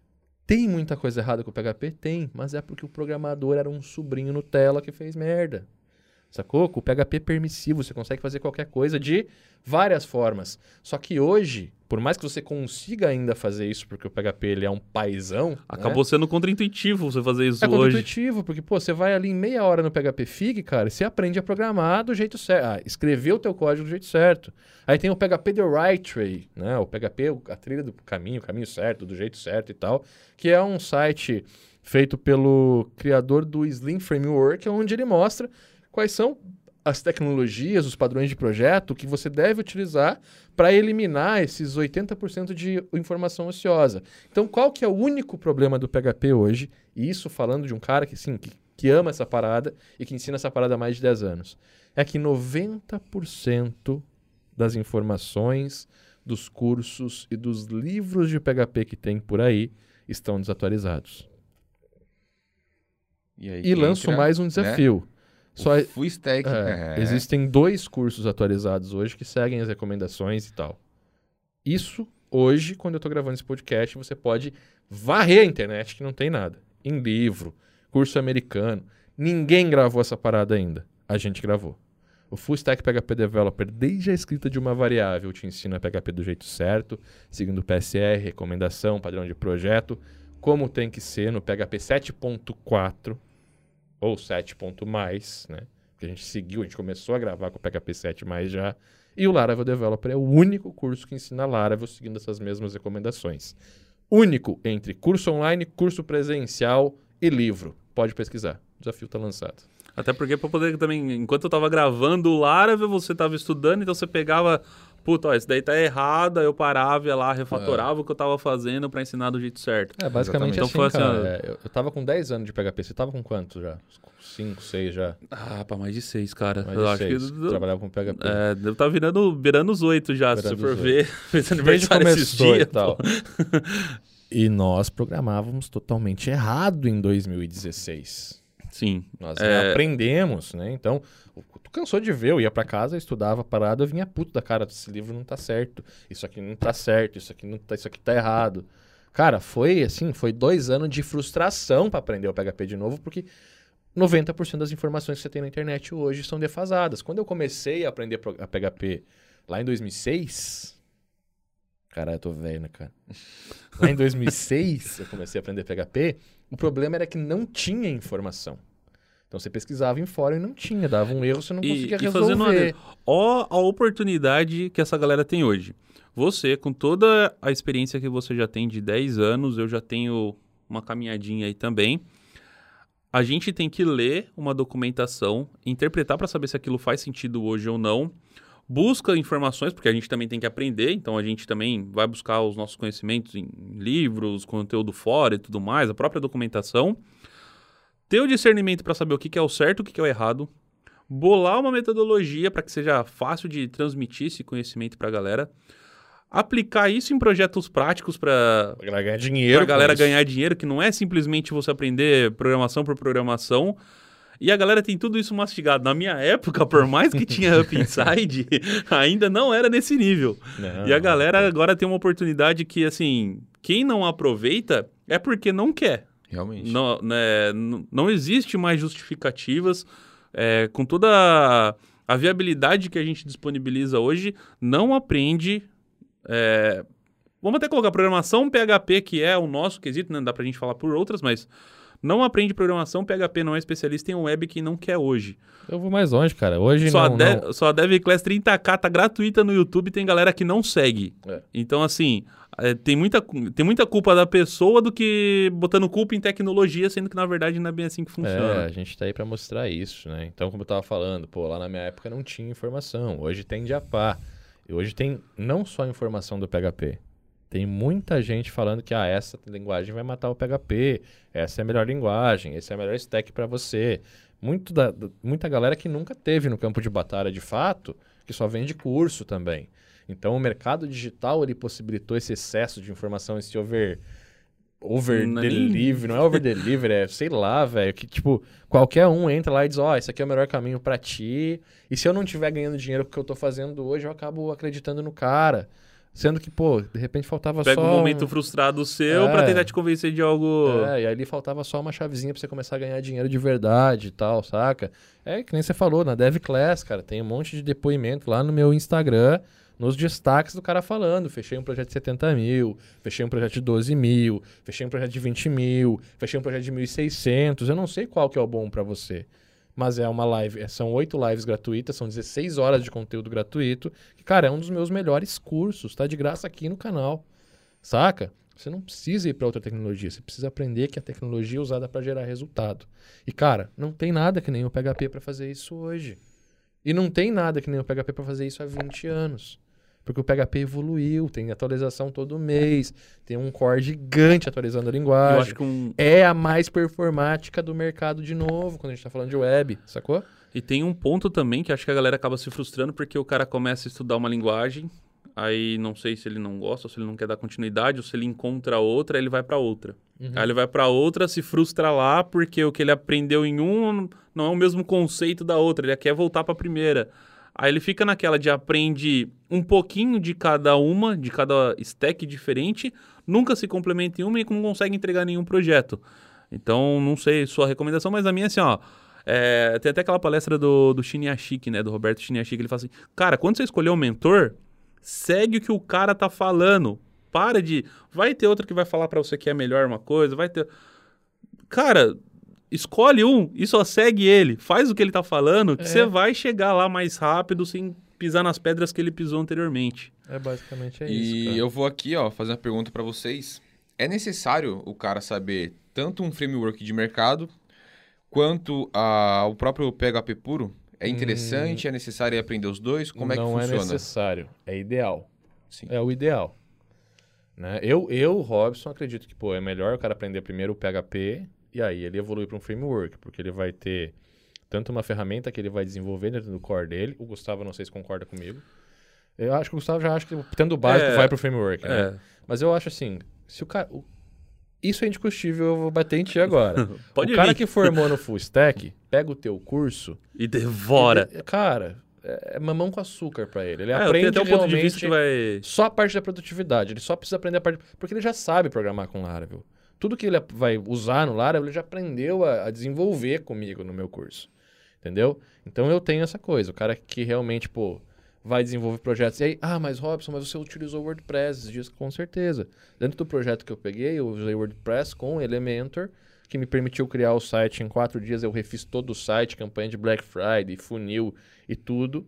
Tem muita coisa errada com o PHP? Tem, mas é porque o programador era um sobrinho Nutella que fez merda. Sacou? Com o PHP permissivo, você consegue fazer qualquer coisa de várias formas. Só que hoje, por mais que você consiga ainda fazer isso, porque o PHP ele é um paizão... Acabou sendo contraintuitivo você fazer isso É hoje. contraintuitivo, porque você vai ali em meia hora no PHP Fig, cara, e você aprende a programar do jeito certo, escrever o teu código do jeito certo. Aí tem o PHP The Right Way, né? O PHP, a trilha do caminho, o caminho certo, do jeito certo e tal, que é um site feito pelo criador do Slim Framework, onde ele mostra quais são as tecnologias, os padrões de projeto que você deve utilizar para eliminar esses 80% de informação ociosa. Então, qual que é o único problema do PHP hoje? E isso falando de um cara que ama essa parada e que ensina essa parada há mais de 10 anos. É que 90% das informações dos cursos e dos livros de PHP que tem por aí estão desatualizados. E, aí E lanço mais um desafio. Né? Só Full stack. Existem 2 cursos atualizados hoje que seguem as recomendações e tal. Isso, hoje, quando eu estou gravando esse podcast, você pode varrer a internet que não tem nada. Em livro, curso americano. Ninguém gravou essa parada ainda. A gente gravou. O Full Stack PHP Developer, desde a escrita de uma variável, te ensina PHP do jeito certo, seguindo o PSR, recomendação, padrão de projeto, como tem que ser no PHP 7.4 ou 7.+, né? Que a gente começou a gravar com o PHP 7+, já. E o Laravel Developer é o único curso que ensina Laravel seguindo essas mesmas recomendações. Único entre curso online, curso presencial e livro. Pode pesquisar. O desafio está lançado. Até porque para poder também, enquanto eu tava gravando o Laravel, você tava estudando, então você pegava, puta, ó, isso daí tá errado, aí eu parava, ia lá, refatorava o que eu tava fazendo para ensinar do jeito certo. Basicamente então assim, foi cara. Eu tava com 10 anos de PHP, você tava com quanto já? 5, 6 já? Para mais de 6, cara. Mais eu de acho 6. que Trabalhava com PHP. deve estar beirando os 8 já, se você for ver. Fez aniversário esses começou dias e tal. E nós programávamos totalmente errado em 2016. Sim. Nós aprendemos, né? Então, tu cansou de ver, eu ia pra casa, estudava parado, eu vinha puto da cara, esse livro não tá certo, isso aqui não tá certo, isso aqui tá errado. Cara, foi 2 anos de frustração pra aprender o PHP de novo, porque 90% das informações que você tem na internet hoje são defasadas. Quando eu comecei a aprender a PHP lá em 2006... Caralho, eu tô velho, né, cara? Lá em 2006, eu comecei a aprender PHP. O problema era que não tinha informação. Então, você pesquisava em fórum e não tinha. Dava um erro, você não conseguia resolver. Ó a oportunidade que essa galera tem hoje. Você, com toda a experiência que você já tem de 10 anos, eu já tenho uma caminhadinha aí também. A gente tem que ler uma documentação, interpretar para saber se aquilo faz sentido hoje ou não. Busca informações, porque a gente também tem que aprender, então a gente também vai buscar os nossos conhecimentos em livros, conteúdo fora e tudo mais, a própria documentação. Ter o discernimento para saber o que é o certo e o que é o errado. Bolar uma metodologia para que seja fácil de transmitir esse conhecimento para a galera. Aplicar isso em projetos práticos para ganhar dinheiro. Para a galera ganhar dinheiro, que não é simplesmente você aprender programação por programação. E a galera tem tudo isso mastigado. Na minha época, por mais que tinha Up Inside, ainda não era nesse nível. E a galera agora tem uma oportunidade que, assim, quem não aproveita é porque não quer. Realmente. Não existe mais justificativas. Com toda a viabilidade que a gente disponibiliza hoje, não aprende... vamos até colocar programação PHP, que é o nosso quesito, né? Dá pra gente falar por outras, mas... Não aprende programação, PHP não é especialista em web quem não quer hoje. Eu vou mais longe, cara. Hoje só a DevClass 30K tá gratuita no YouTube, tem galera que não segue. Então, assim, tem muita culpa da pessoa do que botando culpa em tecnologia, sendo que, na verdade, não é bem assim que funciona. A gente tá aí pra mostrar isso, né? Então, como eu tava falando, lá na minha época não tinha informação. Hoje tem Java. E hoje tem não só informação do PHP. Tem muita gente falando que essa linguagem vai matar o PHP, essa é a melhor linguagem, esse é a melhor stack para você. Muita galera que nunca teve no campo de batalha de fato, que só vende curso também. Então o mercado digital ele possibilitou esse excesso de informação, esse over-delivery, não é over-delivery, é sei lá, velho, que tipo, qualquer um entra lá e diz, esse aqui é o melhor caminho para ti, e se eu não estiver ganhando dinheiro com o que eu tô fazendo hoje, eu acabo acreditando no cara. Sendo que, de repente faltava Pega um momento frustrado seu pra tentar te convencer de algo... E ali faltava só uma chavezinha pra você começar a ganhar dinheiro de verdade e tal, saca? Que nem você falou, na DevClass, cara, tem um monte de depoimento lá no meu Instagram, nos destaques do cara falando, fechei um projeto de 70 mil, fechei um projeto de 12 mil, fechei um projeto de 20 mil, fechei um projeto de 1.600, eu não sei qual que é o bom pra você. Mas é uma live, são 8 lives gratuitas, são 16 horas de conteúdo gratuito, que, cara, é um dos meus melhores cursos, tá de graça aqui no canal, saca? Você não precisa ir para outra tecnologia, você precisa aprender que a tecnologia é usada para gerar resultado. E, cara, não tem nada que nem o PHP para fazer isso hoje. E não tem nada que nem o PHP para fazer isso há 20 anos. Porque o PHP evoluiu, tem atualização todo mês, tem um core gigante atualizando a linguagem. Eu acho que é a mais performática do mercado de novo, quando a gente tá falando de web, sacou? E tem um ponto também que acho que a galera acaba se frustrando porque o cara começa a estudar uma linguagem, aí não sei se ele não gosta, ou se ele não quer dar continuidade, ou se ele encontra outra, aí ele vai para outra. Aí ele vai para outra, se frustra lá, porque o que ele aprendeu em um não é o mesmo conceito da outra, ele quer voltar para a primeira. Aí ele fica naquela de aprende um pouquinho de cada stack diferente, nunca se complementa em uma e não consegue entregar nenhum projeto. Então, não sei sua recomendação, mas a minha é assim, ó. Tem até aquela palestra do Chiniachik, né? Do Roberto Chiniachik, ele fala assim, cara, quando você escolher um mentor, segue o que o cara tá falando. Para de... Vai ter outro que vai falar pra você que é melhor uma coisa, vai ter... Cara, escolhe um e só segue ele. Faz o que ele tá falando, que você vai chegar lá mais rápido sem pisar nas pedras que ele pisou anteriormente. Basicamente isso, E cara. eu vou aqui, ó, fazer uma pergunta pra vocês. É necessário o cara saber tanto um framework de mercado quanto o próprio PHP puro? É interessante? É necessário aprender os dois? Como é que Não funciona? é necessário, é ideal. Sim. É o ideal. Né? Eu, Robson, acredito que é melhor o cara aprender primeiro o PHP e aí ele evolui para um framework, porque ele vai ter tanto uma ferramenta que ele vai desenvolver dentro do core dele. O Gustavo, não sei se concorda comigo. Eu acho que o Gustavo já acha que tendo o básico vai para o framework, né? Mas eu acho assim, se o cara... Isso é indiscutível, eu vou bater em ti agora. Pode o cara vir. que formou no Full Stack, pega o teu curso... E devora. Cara, é mamão com açúcar pra ele. Ele Eu aprende tenho até um ponto de realmente vista que vai... só a parte da produtividade. Ele só precisa aprender a parte... Porque ele já sabe programar com Laravel. Tudo que ele vai usar no Laravel, ele já aprendeu a desenvolver comigo no meu curso. Entendeu? Então eu tenho essa coisa. O cara que realmente, vai desenvolver projetos. E aí, mas Robson, mas você utilizou WordPress esses dias? Com certeza. Dentro do projeto que eu peguei, eu usei WordPress com Elementor, que me permitiu criar o site em 4 dias. Eu refiz todo o site, campanha de Black Friday, funil e tudo.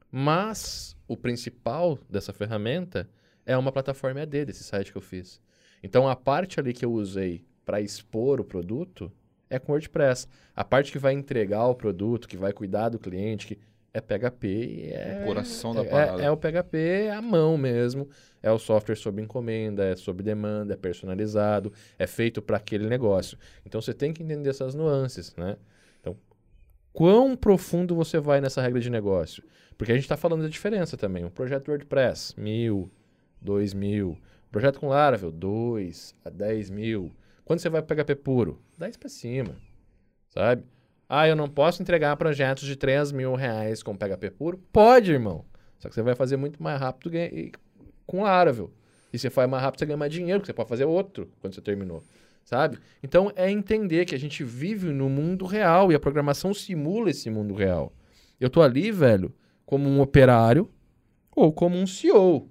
Mas o principal dessa ferramenta é uma plataforma AD desse site que eu fiz. Então, a parte ali que eu usei para expor o produto é com WordPress. A parte que vai entregar o produto, que vai cuidar do cliente, é PHP e O coração da parada. É o PHP à mão mesmo. É o software sob encomenda, é sob demanda, é personalizado, é feito para aquele negócio. Então, você tem que entender essas nuances, né? Então, quão profundo você vai nessa regra de negócio? Porque a gente está falando da diferença também. Um projeto WordPress, 1.000, 2.000. Projeto com Laravel, 2 a 10 mil. Quando você vai para PHP puro? 10 para cima, sabe? Eu não posso entregar projetos de 3 mil reais com PHP puro? Pode, irmão. Só que você vai fazer muito mais rápido com Laravel. E se faz mais rápido, você ganha mais dinheiro, porque você pode fazer outro quando você terminou, sabe? Então, é entender que a gente vive no mundo real e a programação simula esse mundo real. Eu tô ali, velho, como um operário ou como um CEO.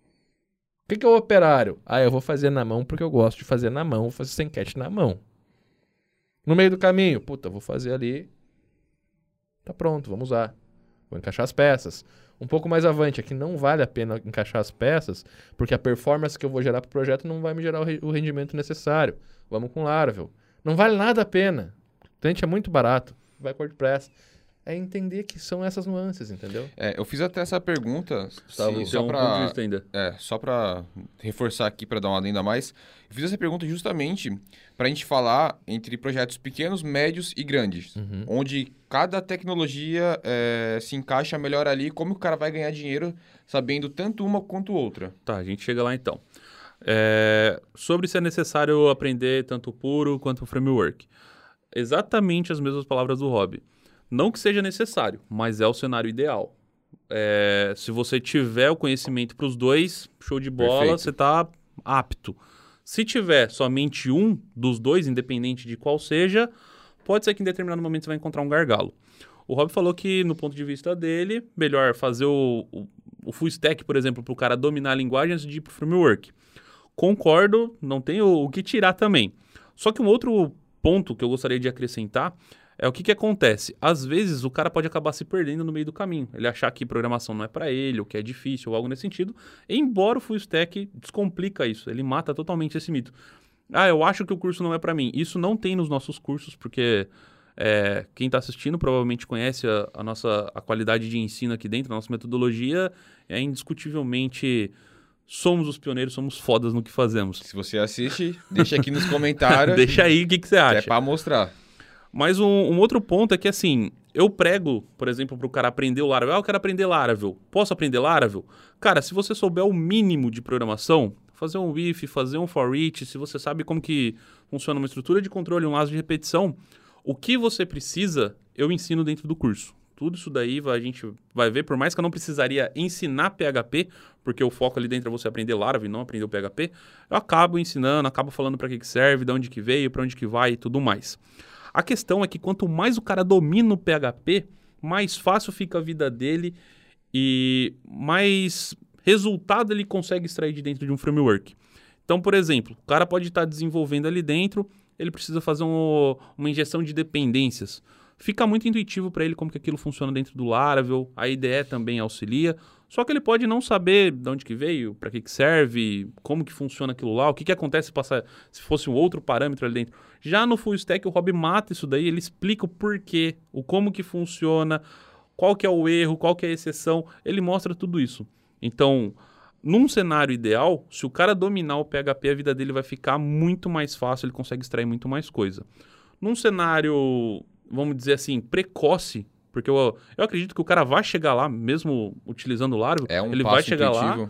O que é o operário? Eu vou fazer na mão porque eu gosto de fazer na mão, vou fazer sem enquete na mão. No meio do caminho, vou fazer ali. Tá pronto, vamos usar. Vou encaixar as peças. Um pouco mais avante, aqui não vale a pena encaixar as peças, porque a performance que eu vou gerar para o projeto não vai me gerar o rendimento necessário. Vamos com Laravel. Não vale nada a pena. O cliente é muito barato. Vai com WordPress. É entender que são essas nuances, entendeu? Eu fiz até essa pergunta, Só um ponto de vista ainda. Só para reforçar aqui, para dar uma adenda a mais. Eu fiz essa pergunta justamente para a gente falar entre projetos pequenos, médios e grandes, onde cada tecnologia se encaixa melhor ali, como o cara vai ganhar dinheiro sabendo tanto uma quanto outra. Tá, a gente chega lá então. Sobre se é necessário aprender tanto o puro quanto o framework. Exatamente as mesmas palavras do Rob. Não que seja necessário, mas é o cenário ideal. Se você tiver o conhecimento para os dois, show de bola, Perfeito. você está apto. Se tiver somente um dos dois, independente de qual seja, pode ser que em determinado momento você vai encontrar um gargalo. O Rob falou que, no ponto de vista dele, melhor fazer o full stack, por exemplo, para o cara dominar a linguagem antes de ir para o framework. Concordo, não tem o que tirar também. Só que um outro ponto que eu gostaria de acrescentar é o que acontece. Às vezes, o cara pode acabar se perdendo no meio do caminho. Ele achar que programação não é para ele, ou que é difícil, ou algo nesse sentido. Embora o full stack descomplica isso. Ele mata totalmente esse mito. Eu acho que o curso não é para mim. Isso não tem nos nossos cursos, porque quem está assistindo provavelmente conhece a qualidade de ensino aqui dentro, a nossa metodologia é indiscutivelmente... Somos os pioneiros, somos fodas no que fazemos. Se você assiste, deixa aqui nos comentários. Deixa aí o que você acha. É para mostrar. Mas um outro ponto é que, assim, eu prego, por exemplo, para o cara aprender o Laravel. Eu quero aprender Laravel. Posso aprender Laravel? Cara, se você souber o mínimo de programação, fazer um if, fazer um for each, se você sabe como que funciona uma estrutura de controle, um laço de repetição, o que você precisa, eu ensino dentro do curso. Tudo isso daí a gente vai ver, por mais que eu não precisaria ensinar PHP, porque o foco ali dentro é você aprender Laravel e não aprender o PHP, eu acabo ensinando, acabo falando para que serve, de onde que veio, para onde que vai e tudo mais. A questão é que quanto mais o cara domina o PHP, mais fácil fica a vida dele e mais resultado ele consegue extrair de dentro de um framework. Então, por exemplo, o cara pode estar desenvolvendo ali dentro, ele precisa fazer uma injeção de dependências. Fica muito intuitivo para ele como que aquilo funciona dentro do Laravel, a IDE também auxilia, só que ele pode não saber de onde que veio, para que serve, como que funciona aquilo lá, o que acontece se fosse um outro parâmetro ali dentro. Já no Full Stack, o Rob mata isso daí, ele explica o porquê, o como que funciona, qual que é o erro, qual que é a exceção, ele mostra tudo isso. Então, num cenário ideal, se o cara dominar o PHP, a vida dele vai ficar muito mais fácil, ele consegue extrair muito mais coisa. Num cenário, vamos dizer assim, precoce, porque eu acredito que o cara vai chegar lá, mesmo utilizando o Laravel, ele vai chegar lá,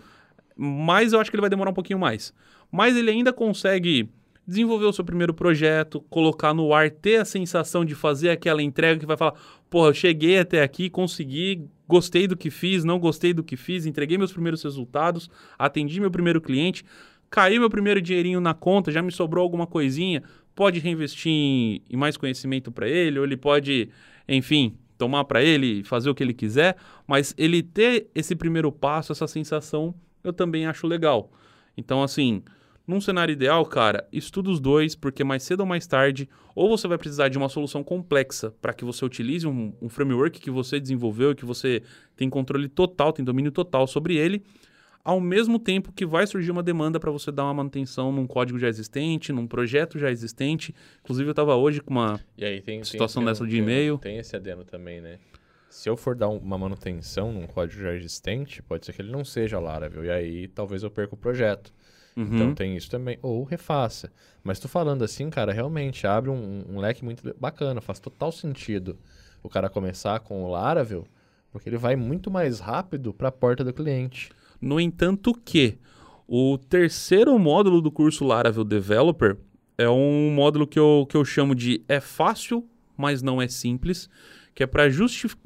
mas eu acho que ele vai demorar um pouquinho mais. Mas ele ainda consegue desenvolver o seu primeiro projeto, colocar no ar, ter a sensação de fazer aquela entrega que vai falar, porra, eu cheguei até aqui, consegui, gostei do que fiz, não gostei do que fiz, entreguei meus primeiros resultados, atendi meu primeiro cliente, caiu meu primeiro dinheirinho na conta, já me sobrou alguma coisinha, pode reinvestir em mais conhecimento para ele, ou ele pode, enfim, tomar para ele, fazer o que ele quiser, mas ele ter esse primeiro passo, essa sensação, eu também acho legal. Então, assim, num cenário ideal, cara, estuda os dois, porque mais cedo ou mais tarde, ou você vai precisar de uma solução complexa para que você utilize um framework que você desenvolveu e que você tem controle total, tem domínio total sobre ele, ao mesmo tempo que vai surgir uma demanda para você dar uma manutenção num código já existente, num projeto já existente. Inclusive, eu estava hoje com uma situação dessa de e-mail. Tem esse adendo também, né? Se eu for dar uma manutenção num código já existente, pode ser que ele não seja Laravel, e aí talvez eu perca o projeto. Uhum. Então tem isso também. Ou refaça. Mas tô falando assim, cara, realmente abre um leque muito bacana, faz total sentido o cara começar com o Laravel, porque ele vai muito mais rápido para a porta do cliente. No entanto que o terceiro módulo do curso Laravel Developer é um módulo que eu chamo de é fácil, mas não é simples, que é para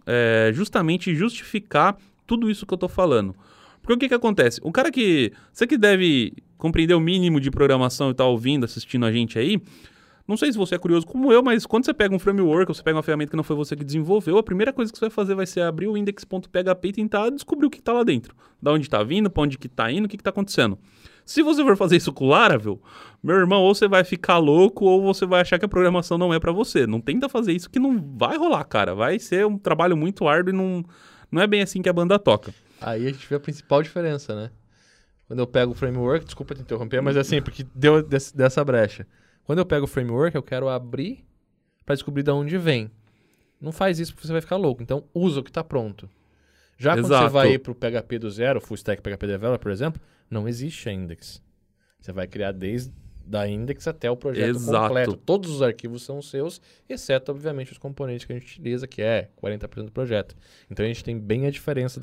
justamente justificar tudo isso que eu estou falando. Porque o que acontece? O cara você que deve compreender o mínimo de programação e está ouvindo, assistindo a gente aí, não sei se você é curioso como eu, mas quando você pega um framework ou você pega uma ferramenta que não foi você que desenvolveu, a primeira coisa que você vai fazer vai ser abrir o index.php e tentar descobrir o que está lá dentro. Da onde está vindo, para onde que está indo, o que está acontecendo. Se você for fazer isso com o Laravel, meu irmão, ou você vai ficar louco ou você vai achar que a programação não é para você. Não tenta fazer isso que não vai rolar, cara. Vai ser um trabalho muito árduo e não é bem assim que a banda toca. Aí a gente vê a principal diferença, né? Quando eu pego o framework, desculpa te interromper, mas é assim, porque deu dessa brecha. Quando eu pego o framework, eu quero abrir para descobrir de onde vem. Não faz isso porque você vai ficar louco. Então, usa o que está pronto. Já quando você vai ir para o PHP do zero, Full Stack PHP Developer, por exemplo, não existe a index. Você vai criar desde da index até o projeto completo. Todos os arquivos são seus, exceto, obviamente, os componentes que a gente utiliza, que é 40% do projeto. Então, a gente tem bem a diferença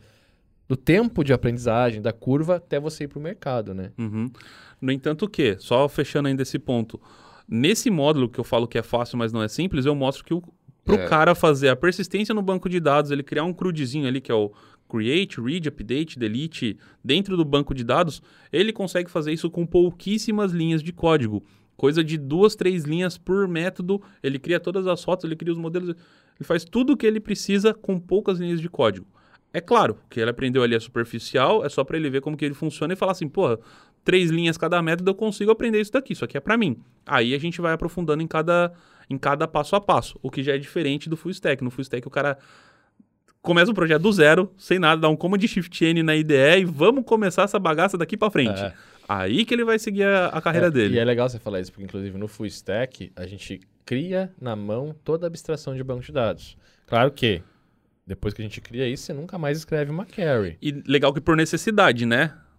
do tempo de aprendizagem, da curva, até você ir para o mercado, né? Uhum. No entanto que, só fechando ainda esse ponto, nesse módulo que eu falo que é fácil, mas não é simples, eu mostro que pro cara fazer a persistência no banco de dados, ele criar um CRUDzinho ali, que é o Create, Read, Update, Delete, dentro do banco de dados, ele consegue fazer isso com pouquíssimas linhas de código. Coisa de 2, 3 linhas por método, ele cria todas as fotos, ele cria os modelos, ele faz tudo o que ele precisa com poucas linhas de código. É claro, o que ele aprendeu ali é superficial, é só para ele ver como que ele funciona e falar assim, porra, 3 linhas cada método eu consigo aprender isso daqui, isso aqui é para mim. Aí a gente vai aprofundando em cada passo a passo, o que já é diferente do Full Stack. No Full Stack o cara começa o projeto do zero, sem nada, dá um Command Shift N na IDE e vamos começar essa bagaça daqui para frente. Aí que ele vai seguir a carreira dele. E é legal você falar isso, porque inclusive no Full Stack a gente cria na mão toda a abstração de banco de dados. Claro que depois que a gente cria isso, você nunca mais escreve uma query. E legal que por necessidade, né?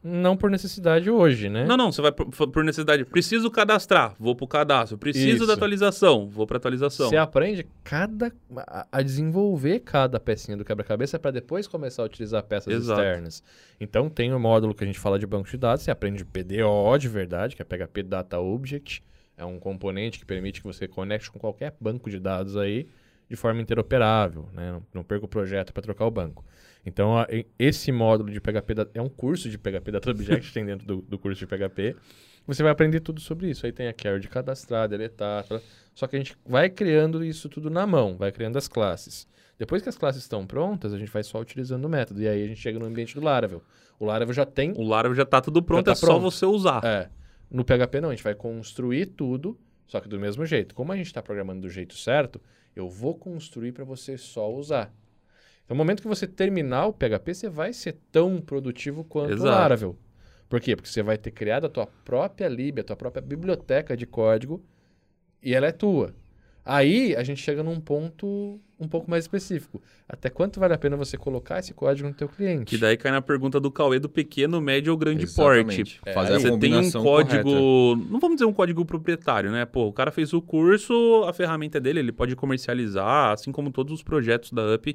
Não por necessidade hoje, né? Não, você vai por necessidade. Preciso cadastrar, vou pro cadastro. Preciso Isso. da atualização, vou pra atualização. Você aprende a desenvolver cada pecinha do quebra-cabeça para depois começar a utilizar peças Exato. externas. Então tem o módulo que a gente fala de banco de dados, você aprende PDO de verdade, que é PHP Data Object. É um componente que permite que você conecte com qualquer banco de dados aí de forma interoperável, né? Não perca o projeto para trocar o banco. Então, esse módulo de PHP é um curso de PHP Data Object que tem dentro do curso de PHP. Você vai aprender tudo sobre isso. Aí tem a care de cadastrar, deletar. Só que a gente vai criando isso tudo na mão, vai criando as classes. Depois que as classes estão prontas, a gente vai só utilizando o método. E aí a gente chega no ambiente do Laravel. O Laravel já tem... O Laravel já tá tudo pronto, tá é só pronto. você usar. É. No PHP não, a gente vai construir tudo, só que do mesmo jeito. Como a gente está programando do jeito certo, eu vou construir para você só usar. Então, no momento que você terminar o PHP, você vai ser tão produtivo quanto o Laravel. Por quê? Porque você vai ter criado a tua própria lib, a tua própria biblioteca de código, e ela é tua. Aí, a gente chega num ponto um pouco mais específico. Até quanto vale a pena você colocar esse código no teu cliente? Que daí cai na pergunta do Cauê do pequeno, médio ou grande Exatamente. porte. Fazer a Você tem um combinação código, correta. não vamos dizer um código proprietário, né? Pô, o cara fez o curso, a ferramenta é dele, ele pode comercializar, assim como todos os projetos da UP.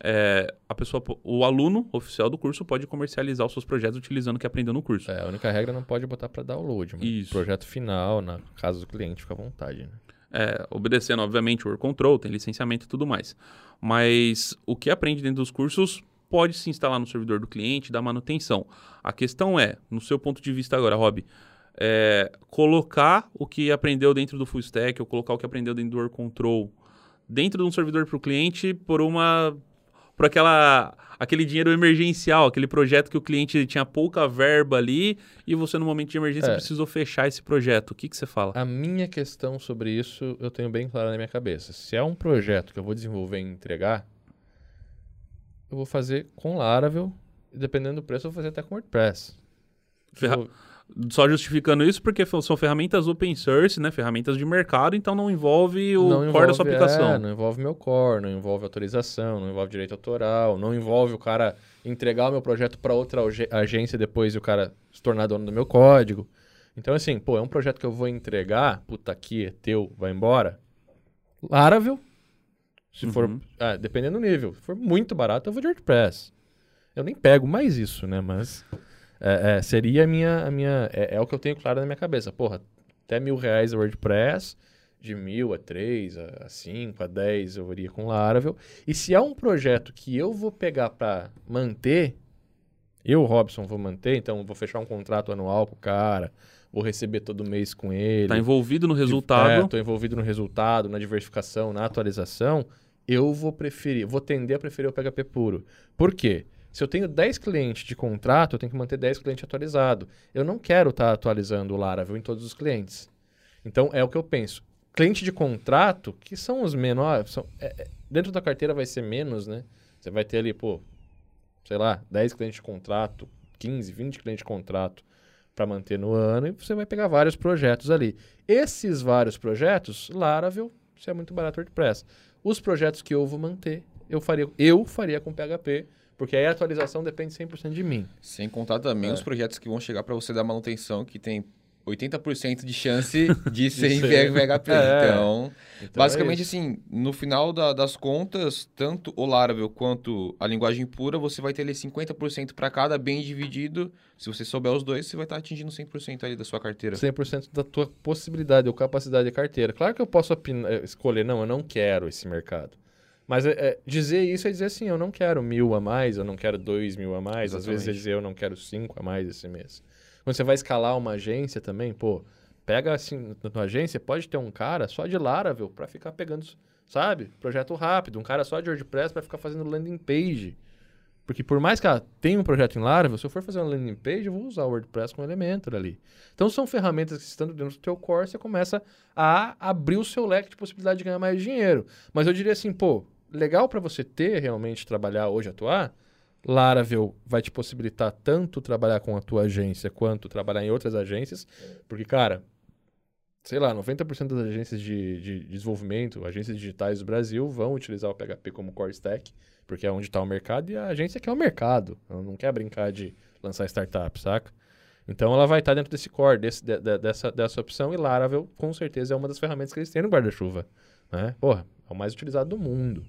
O aluno oficial do curso pode comercializar os seus projetos utilizando o que aprendeu no curso. A única regra não pode botar para download. Mas Isso. projeto final, na casa do cliente, fica à vontade, né? Obedecendo, obviamente, o Work Control, tem licenciamento e tudo mais. Mas o que aprende dentro dos cursos pode se instalar no servidor do cliente, dar manutenção. A questão é, no seu ponto de vista agora, Rob, colocar o que aprendeu dentro do Full Stack ou colocar o que aprendeu dentro do Work Control dentro de um servidor para o cliente por aquele dinheiro emergencial, aquele projeto que o cliente tinha pouca verba ali e você, no momento de emergência, precisou fechar esse projeto. O que você fala? A minha questão sobre isso eu tenho bem claro na minha cabeça. Se é um projeto que eu vou desenvolver e entregar, eu vou fazer com Laravel e, dependendo do preço, eu vou fazer até com WordPress. Só justificando isso porque são ferramentas open source, né? Ferramentas de mercado, então não envolve o core da sua aplicação. Não envolve meu core, não envolve autorização, não envolve direito autoral, não envolve o cara entregar o meu projeto para outra agência depois e o cara se tornar dono do meu código. Então, assim, é um projeto que eu vou entregar, puta, aqui é teu, vai embora. Laravel, se for, dependendo do nível. Se for muito barato, eu vou de WordPress. Eu nem pego mais isso, né? Mas... seria a minha é o que eu tenho claro na minha cabeça. Porra, até R$1.000 o WordPress, de 1.000 a 3, a 5, a 10 eu iria com Laravel. E se é um projeto que eu vou pegar para manter, eu, Robson, vou manter, então vou fechar um contrato anual com o cara, vou receber todo mês com ele. Tá envolvido no resultado. Estou envolvido no resultado, na diversificação, na atualização, eu vou tender a preferir o PHP puro. Por quê? Se eu tenho 10 clientes de contrato, eu tenho que manter 10 clientes atualizados. Eu não quero estar atualizando o Laravel em todos os clientes. Então, é o que eu penso. Cliente de contrato, que são os menores... dentro da carteira vai ser menos, né? Você vai ter ali, 10 clientes de contrato, 15, 20 clientes de contrato para manter no ano e você vai pegar vários projetos ali. Esses vários projetos, Laravel, isso é muito barato WordPress. Os projetos que eu vou manter, eu faria com PHP, porque aí a atualização depende 100% de mim. Sem contar também os projetos que vão chegar para você dar manutenção, que tem 80% de chance de ser em PHP. Então, basicamente, assim, no final das contas, tanto o Laravel quanto a linguagem pura, você vai ter ali 50% para cada, bem dividido. Se você souber os dois, você vai estar atingindo 100% ali da sua carteira. 100% da tua possibilidade ou capacidade de carteira. Claro que eu posso escolher, não, eu não quero esse mercado. Mas dizer isso é dizer assim, eu não quero 1.000 a mais, eu não quero 2.000 a mais. Exatamente. Às vezes é dizer eu não quero 5 a mais esse mês. Quando você vai escalar uma agência também, pega assim, na tua agência, pode ter um cara só de Laravel para ficar pegando, sabe? Projeto rápido, um cara só de WordPress para ficar fazendo landing page. Porque por mais que tenha um projeto em Laravel, se eu for fazer uma landing page, eu vou usar o WordPress com Elementor ali. Então são ferramentas que estando dentro do teu core, você começa a abrir o seu leque de possibilidade de ganhar mais dinheiro. Mas eu diria assim, legal para você ter realmente trabalhar hoje, atuar, Laravel vai te possibilitar tanto trabalhar com a tua agência quanto trabalhar em outras agências, porque, cara, 90% das agências de desenvolvimento, agências digitais do Brasil vão utilizar o PHP como core stack, porque é onde está o mercado e a agência quer o mercado. Ela não quer brincar de lançar startup, saca? Então ela vai estar dentro desse core, dessa opção, e Laravel com certeza é uma das ferramentas que eles têm no guarda-chuva, né? Porra, é o mais utilizado do mundo.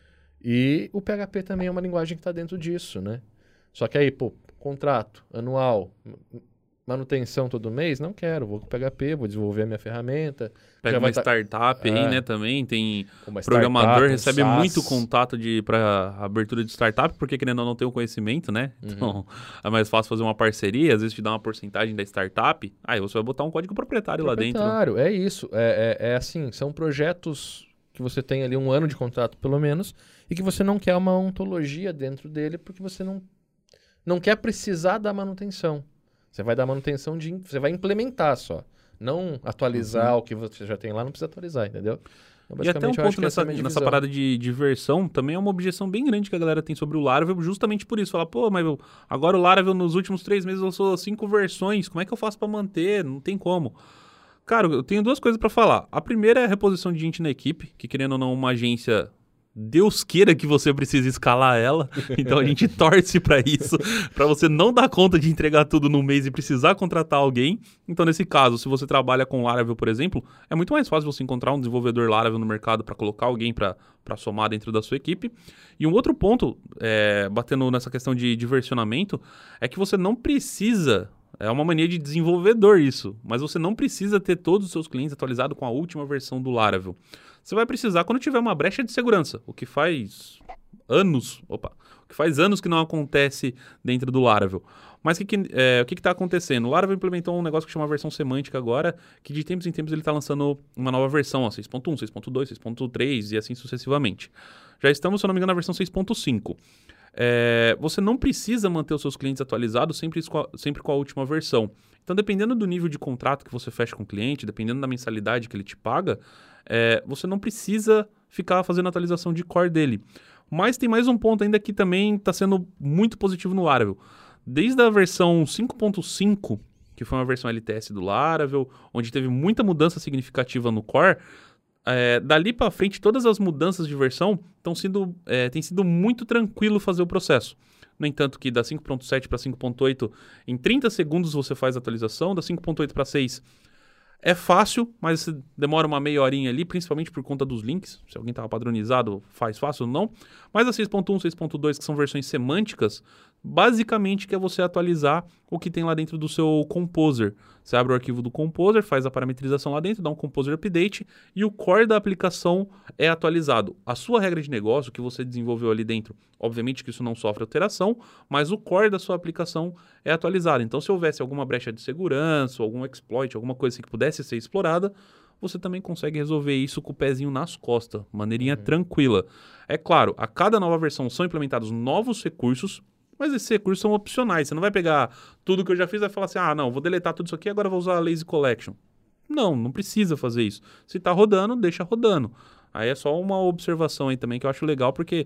E o PHP também é uma linguagem que está dentro disso, né? Só que aí, pô, contrato anual, manutenção todo mês, não quero, vou com PHP, vou desenvolver a minha ferramenta. Pega uma startup aí, né, também, tem startup, programador, recebe SaaS. muito contato para abertura de startup, porque querendo ou não tem o conhecimento, né? Então, é mais fácil fazer uma parceria, às vezes te dá uma porcentagem da startup, aí você vai botar um código proprietário lá dentro. É isso, é assim, são projetos que você tem ali 1 ano de contrato pelo menos, e que você não quer uma ontologia dentro dele, porque você não quer precisar da manutenção. Você vai dar manutenção você vai implementar só. Não atualizar o que você já tem lá, não precisa atualizar, entendeu? Então, E até um ponto nessa parada de versão, também é uma objeção bem grande que a galera tem sobre o Laravel, justamente por isso. Fala, pô, mas agora o Laravel nos últimos 3 meses lançou 5 versões, como é que eu faço pra manter? Não tem como. Cara, eu tenho 2 coisas pra falar. A primeira é a reposição de gente na equipe, que querendo ou não, uma agência... Deus queira que você precise escalar ela, então a gente torce para isso, para você não dar conta de entregar tudo num mês e precisar contratar alguém. Então, nesse caso, se você trabalha com Laravel, por exemplo, é muito mais fácil você encontrar um desenvolvedor Laravel no mercado para colocar alguém para somar dentro da sua equipe. E um outro ponto, batendo nessa questão de versionamento, é que você não precisa... É uma mania de desenvolvedor isso, mas você não precisa ter todos os seus clientes atualizados com a última versão do Laravel. Você vai precisar quando tiver uma brecha de segurança, o que faz anos que não acontece dentro do Laravel. Mas o que está acontecendo? O Laravel implementou um negócio que chama versão semântica agora, que de tempos em tempos ele está lançando uma nova versão, 6.1, 6.2, 6.3 e assim sucessivamente. Já estamos, se eu não me engano, na versão 6.5. Você não precisa manter os seus clientes atualizados sempre com a última versão. Então, dependendo do nível de contrato que você fecha com o cliente, dependendo da mensalidade que ele te paga, você não precisa ficar fazendo atualização de core dele. Mas tem mais um ponto ainda que também está sendo muito positivo no Laravel. Desde a versão 5.5, que foi uma versão LTS do Laravel, onde teve muita mudança significativa no core, dali para frente, todas as mudanças de versão tem sido muito tranquilo fazer o processo. No entanto, que da 5.7 para 5.8, em 30 segundos você faz a atualização, da 5.8 para 6 é fácil, mas demora uma meia horinha ali, principalmente por conta dos links. Se alguém estava padronizado, faz fácil ou não. Mas a 6.1, 6.2, que são versões semânticas, basicamente que é você atualizar o que tem lá dentro do seu Composer. Você abre o arquivo do Composer, faz a parametrização lá dentro, dá um Composer Update e o core da aplicação é atualizado. A sua regra de negócio que você desenvolveu ali dentro, obviamente que isso não sofre alteração, mas o core da sua aplicação é atualizado. Então, se houvesse alguma brecha de segurança, algum exploit, alguma coisa assim que pudesse ser explorada, você também consegue resolver isso com o pezinho nas costas, maneirinha tranquila. É claro, a cada nova versão são implementados novos recursos, mas esses recursos são opcionais. Você não vai pegar tudo que eu já fiz e vai falar assim, não, vou deletar tudo isso aqui, agora vou usar a Lazy Collection. Não precisa fazer isso. Se está rodando, deixa rodando. Aí é só uma observação aí também que eu acho legal, porque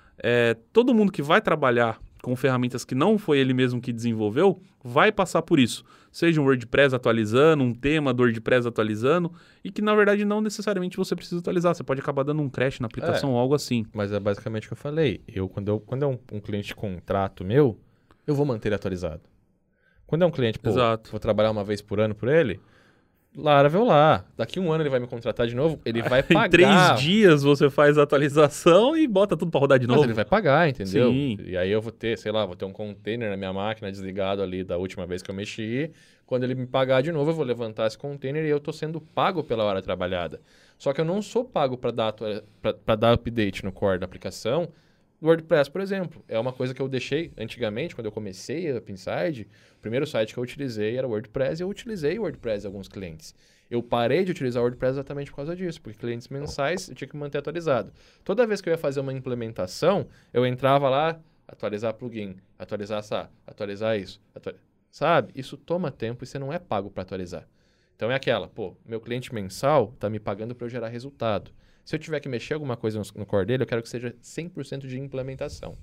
todo mundo que vai trabalhar com ferramentas que não foi ele mesmo que desenvolveu, vai passar por isso. Seja um WordPress atualizando, um tema do WordPress atualizando, e que na verdade não necessariamente você precisa atualizar. Você pode acabar dando um crash na aplicação ou algo assim. Mas é basicamente o que eu falei. Quando é um cliente de contrato meu, eu vou manter ele atualizado. Quando é um cliente, vou trabalhar uma vez por ano por ele, Laravel lá. Daqui 1 ano ele vai me contratar de novo, ele vai pagar. Em 3 dias você faz a atualização e bota tudo para rodar de novo. Mas ele vai pagar, entendeu? Sim. E aí eu vou ter, vou ter um container na minha máquina desligado ali da última vez que eu mexi. Quando ele me pagar de novo, eu vou levantar esse container e eu estou sendo pago pela hora trabalhada. Só que eu não sou pago para dar update no core da aplicação. O WordPress, por exemplo, é uma coisa que eu deixei antigamente, quando eu comecei a Pinside, o primeiro site que eu utilizei era o WordPress e eu utilizei o WordPress em alguns clientes. Eu parei de utilizar o WordPress exatamente por causa disso, porque clientes mensais eu tinha que manter atualizado. Toda vez que eu ia fazer uma implementação, eu entrava lá, atualizar plugin, atualizar SAP, atualizar isso, sabe? Isso toma tempo e você não é pago para atualizar. Então é aquela, meu cliente mensal está me pagando para eu gerar resultado. Se eu tiver que mexer alguma coisa no core dele, eu quero que seja 100% de implementação.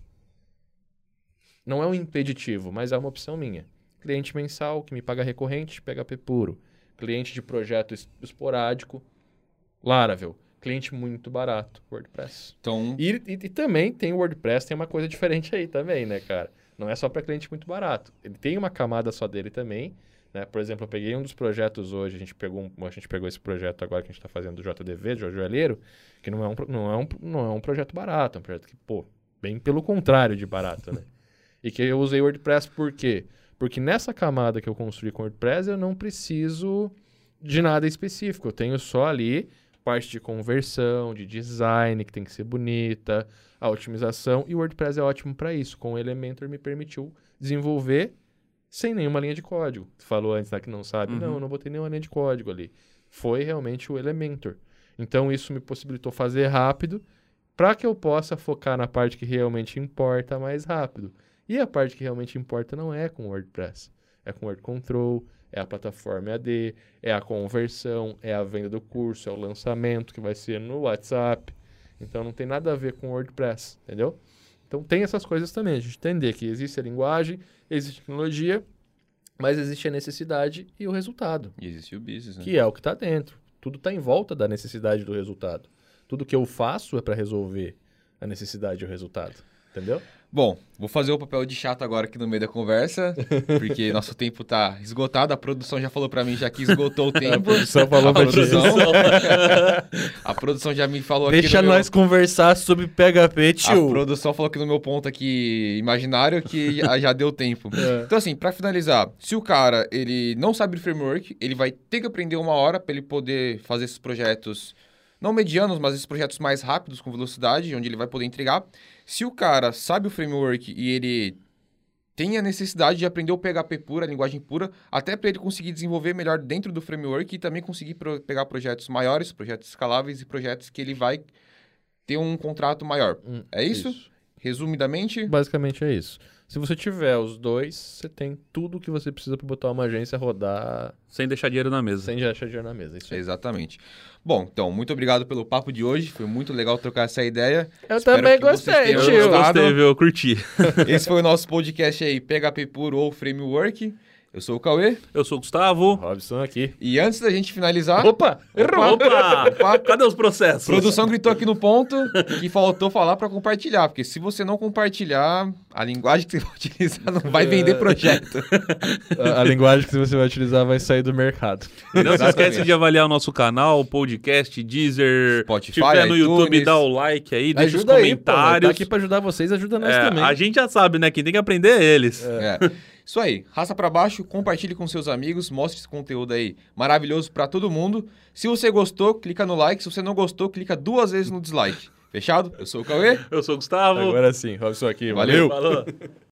Não é um impeditivo, mas é uma opção minha. Cliente mensal que me paga recorrente, PHP puro. Cliente de projeto esporádico, Laravel. Cliente muito barato, WordPress. Então... E também tem o WordPress, tem uma coisa diferente aí também, né, cara? Não é só para cliente muito barato. Ele tem uma camada só dele também, né? Por exemplo, eu peguei um dos projetos hoje, a gente pegou esse projeto agora que a gente está fazendo do JDV, de Joalheiro, que não é um projeto barato, é um projeto que, pô, bem pelo contrário de barato, né? E que eu usei WordPress por quê? Porque nessa camada que eu construí com WordPress, eu não preciso de nada específico. Eu tenho só ali parte de conversão, de design, que tem que ser bonita, a otimização, e o WordPress é ótimo para isso. Com o Elementor me permitiu desenvolver sem nenhuma linha de código. Você falou antes, né, que não sabe. Não, eu não botei nenhuma linha de código ali. Foi realmente o Elementor. Então, isso me possibilitou fazer rápido para que eu possa focar na parte que realmente importa mais rápido. E a parte que realmente importa não é com o WordPress. É com o Word Control, é a plataforma EAD, é a conversão, é a venda do curso, é o lançamento que vai ser no WhatsApp. Então, não tem nada a ver com o WordPress, entendeu? Então, tem essas coisas também. A gente entender que existe a linguagem, existe a tecnologia, mas existe a necessidade e o resultado. E existe o business, né? Que é o que está dentro. Tudo está em volta da necessidade do resultado. Tudo que eu faço é para resolver a necessidade e o resultado. Entendeu? Bom, vou fazer o papel de chato agora aqui no meio da conversa, porque nosso tempo tá esgotado. A produção já falou pra mim já que esgotou o tempo. A produção falou pra ti. A produção já me falou Deixa aqui nós conversar sobre PHP, tio. A produção falou aqui no meu ponto aqui imaginário que já deu tempo. Então assim, pra finalizar, se o cara ele não sabe de framework, ele vai ter que aprender uma hora pra ele poder fazer esses projetos não medianos, mas esses projetos mais rápidos, com velocidade, onde ele vai poder entregar. Se o cara sabe o framework e ele tem a necessidade de aprender o PHP puro, a linguagem pura, até para ele conseguir desenvolver melhor dentro do framework e também conseguir pegar projetos maiores, projetos escaláveis e projetos que ele vai ter um contrato maior. É isso? Resumidamente? Basicamente é isso. Se você tiver os dois, você tem tudo o que você precisa para botar uma agência rodar sem deixar dinheiro na mesa. Sem deixar dinheiro na mesa. Isso aí. Exatamente. Bom, então, muito obrigado pelo papo de hoje. Foi muito legal trocar essa ideia. Eu Espero também gostei, tio. Eu gostei, viu? Eu curti. Esse foi o nosso podcast aí, PHP Puro ou Framework. Eu sou o Cauê. Eu sou o Gustavo. Robson aqui. E antes da gente finalizar... Opa! Errou! Opa! Cadê os processos? A produção gritou aqui no ponto que faltou falar para compartilhar, porque se você não compartilhar, a linguagem que você vai utilizar não vai vender projeto. A linguagem que você vai utilizar vai sair do mercado. Não se esquece de avaliar o nosso canal, podcast, Deezer, Spotify, se tiver no iTunes. YouTube, dá o like aí, deixa os Ajuda aí, comentários. pô, tá aqui pra ajudar vocês, ajuda nós também. A gente já sabe, né? Quem tem que aprender é eles. Isso aí, raça pra baixo, compartilhe com seus amigos, mostre esse conteúdo aí maravilhoso pra todo mundo. Se você gostou, clica no like, se você não gostou, clica 2 vezes no dislike. Fechado? Eu sou o Cauê. Eu sou o Gustavo. Agora sim, Robson aqui. Valeu. Falou.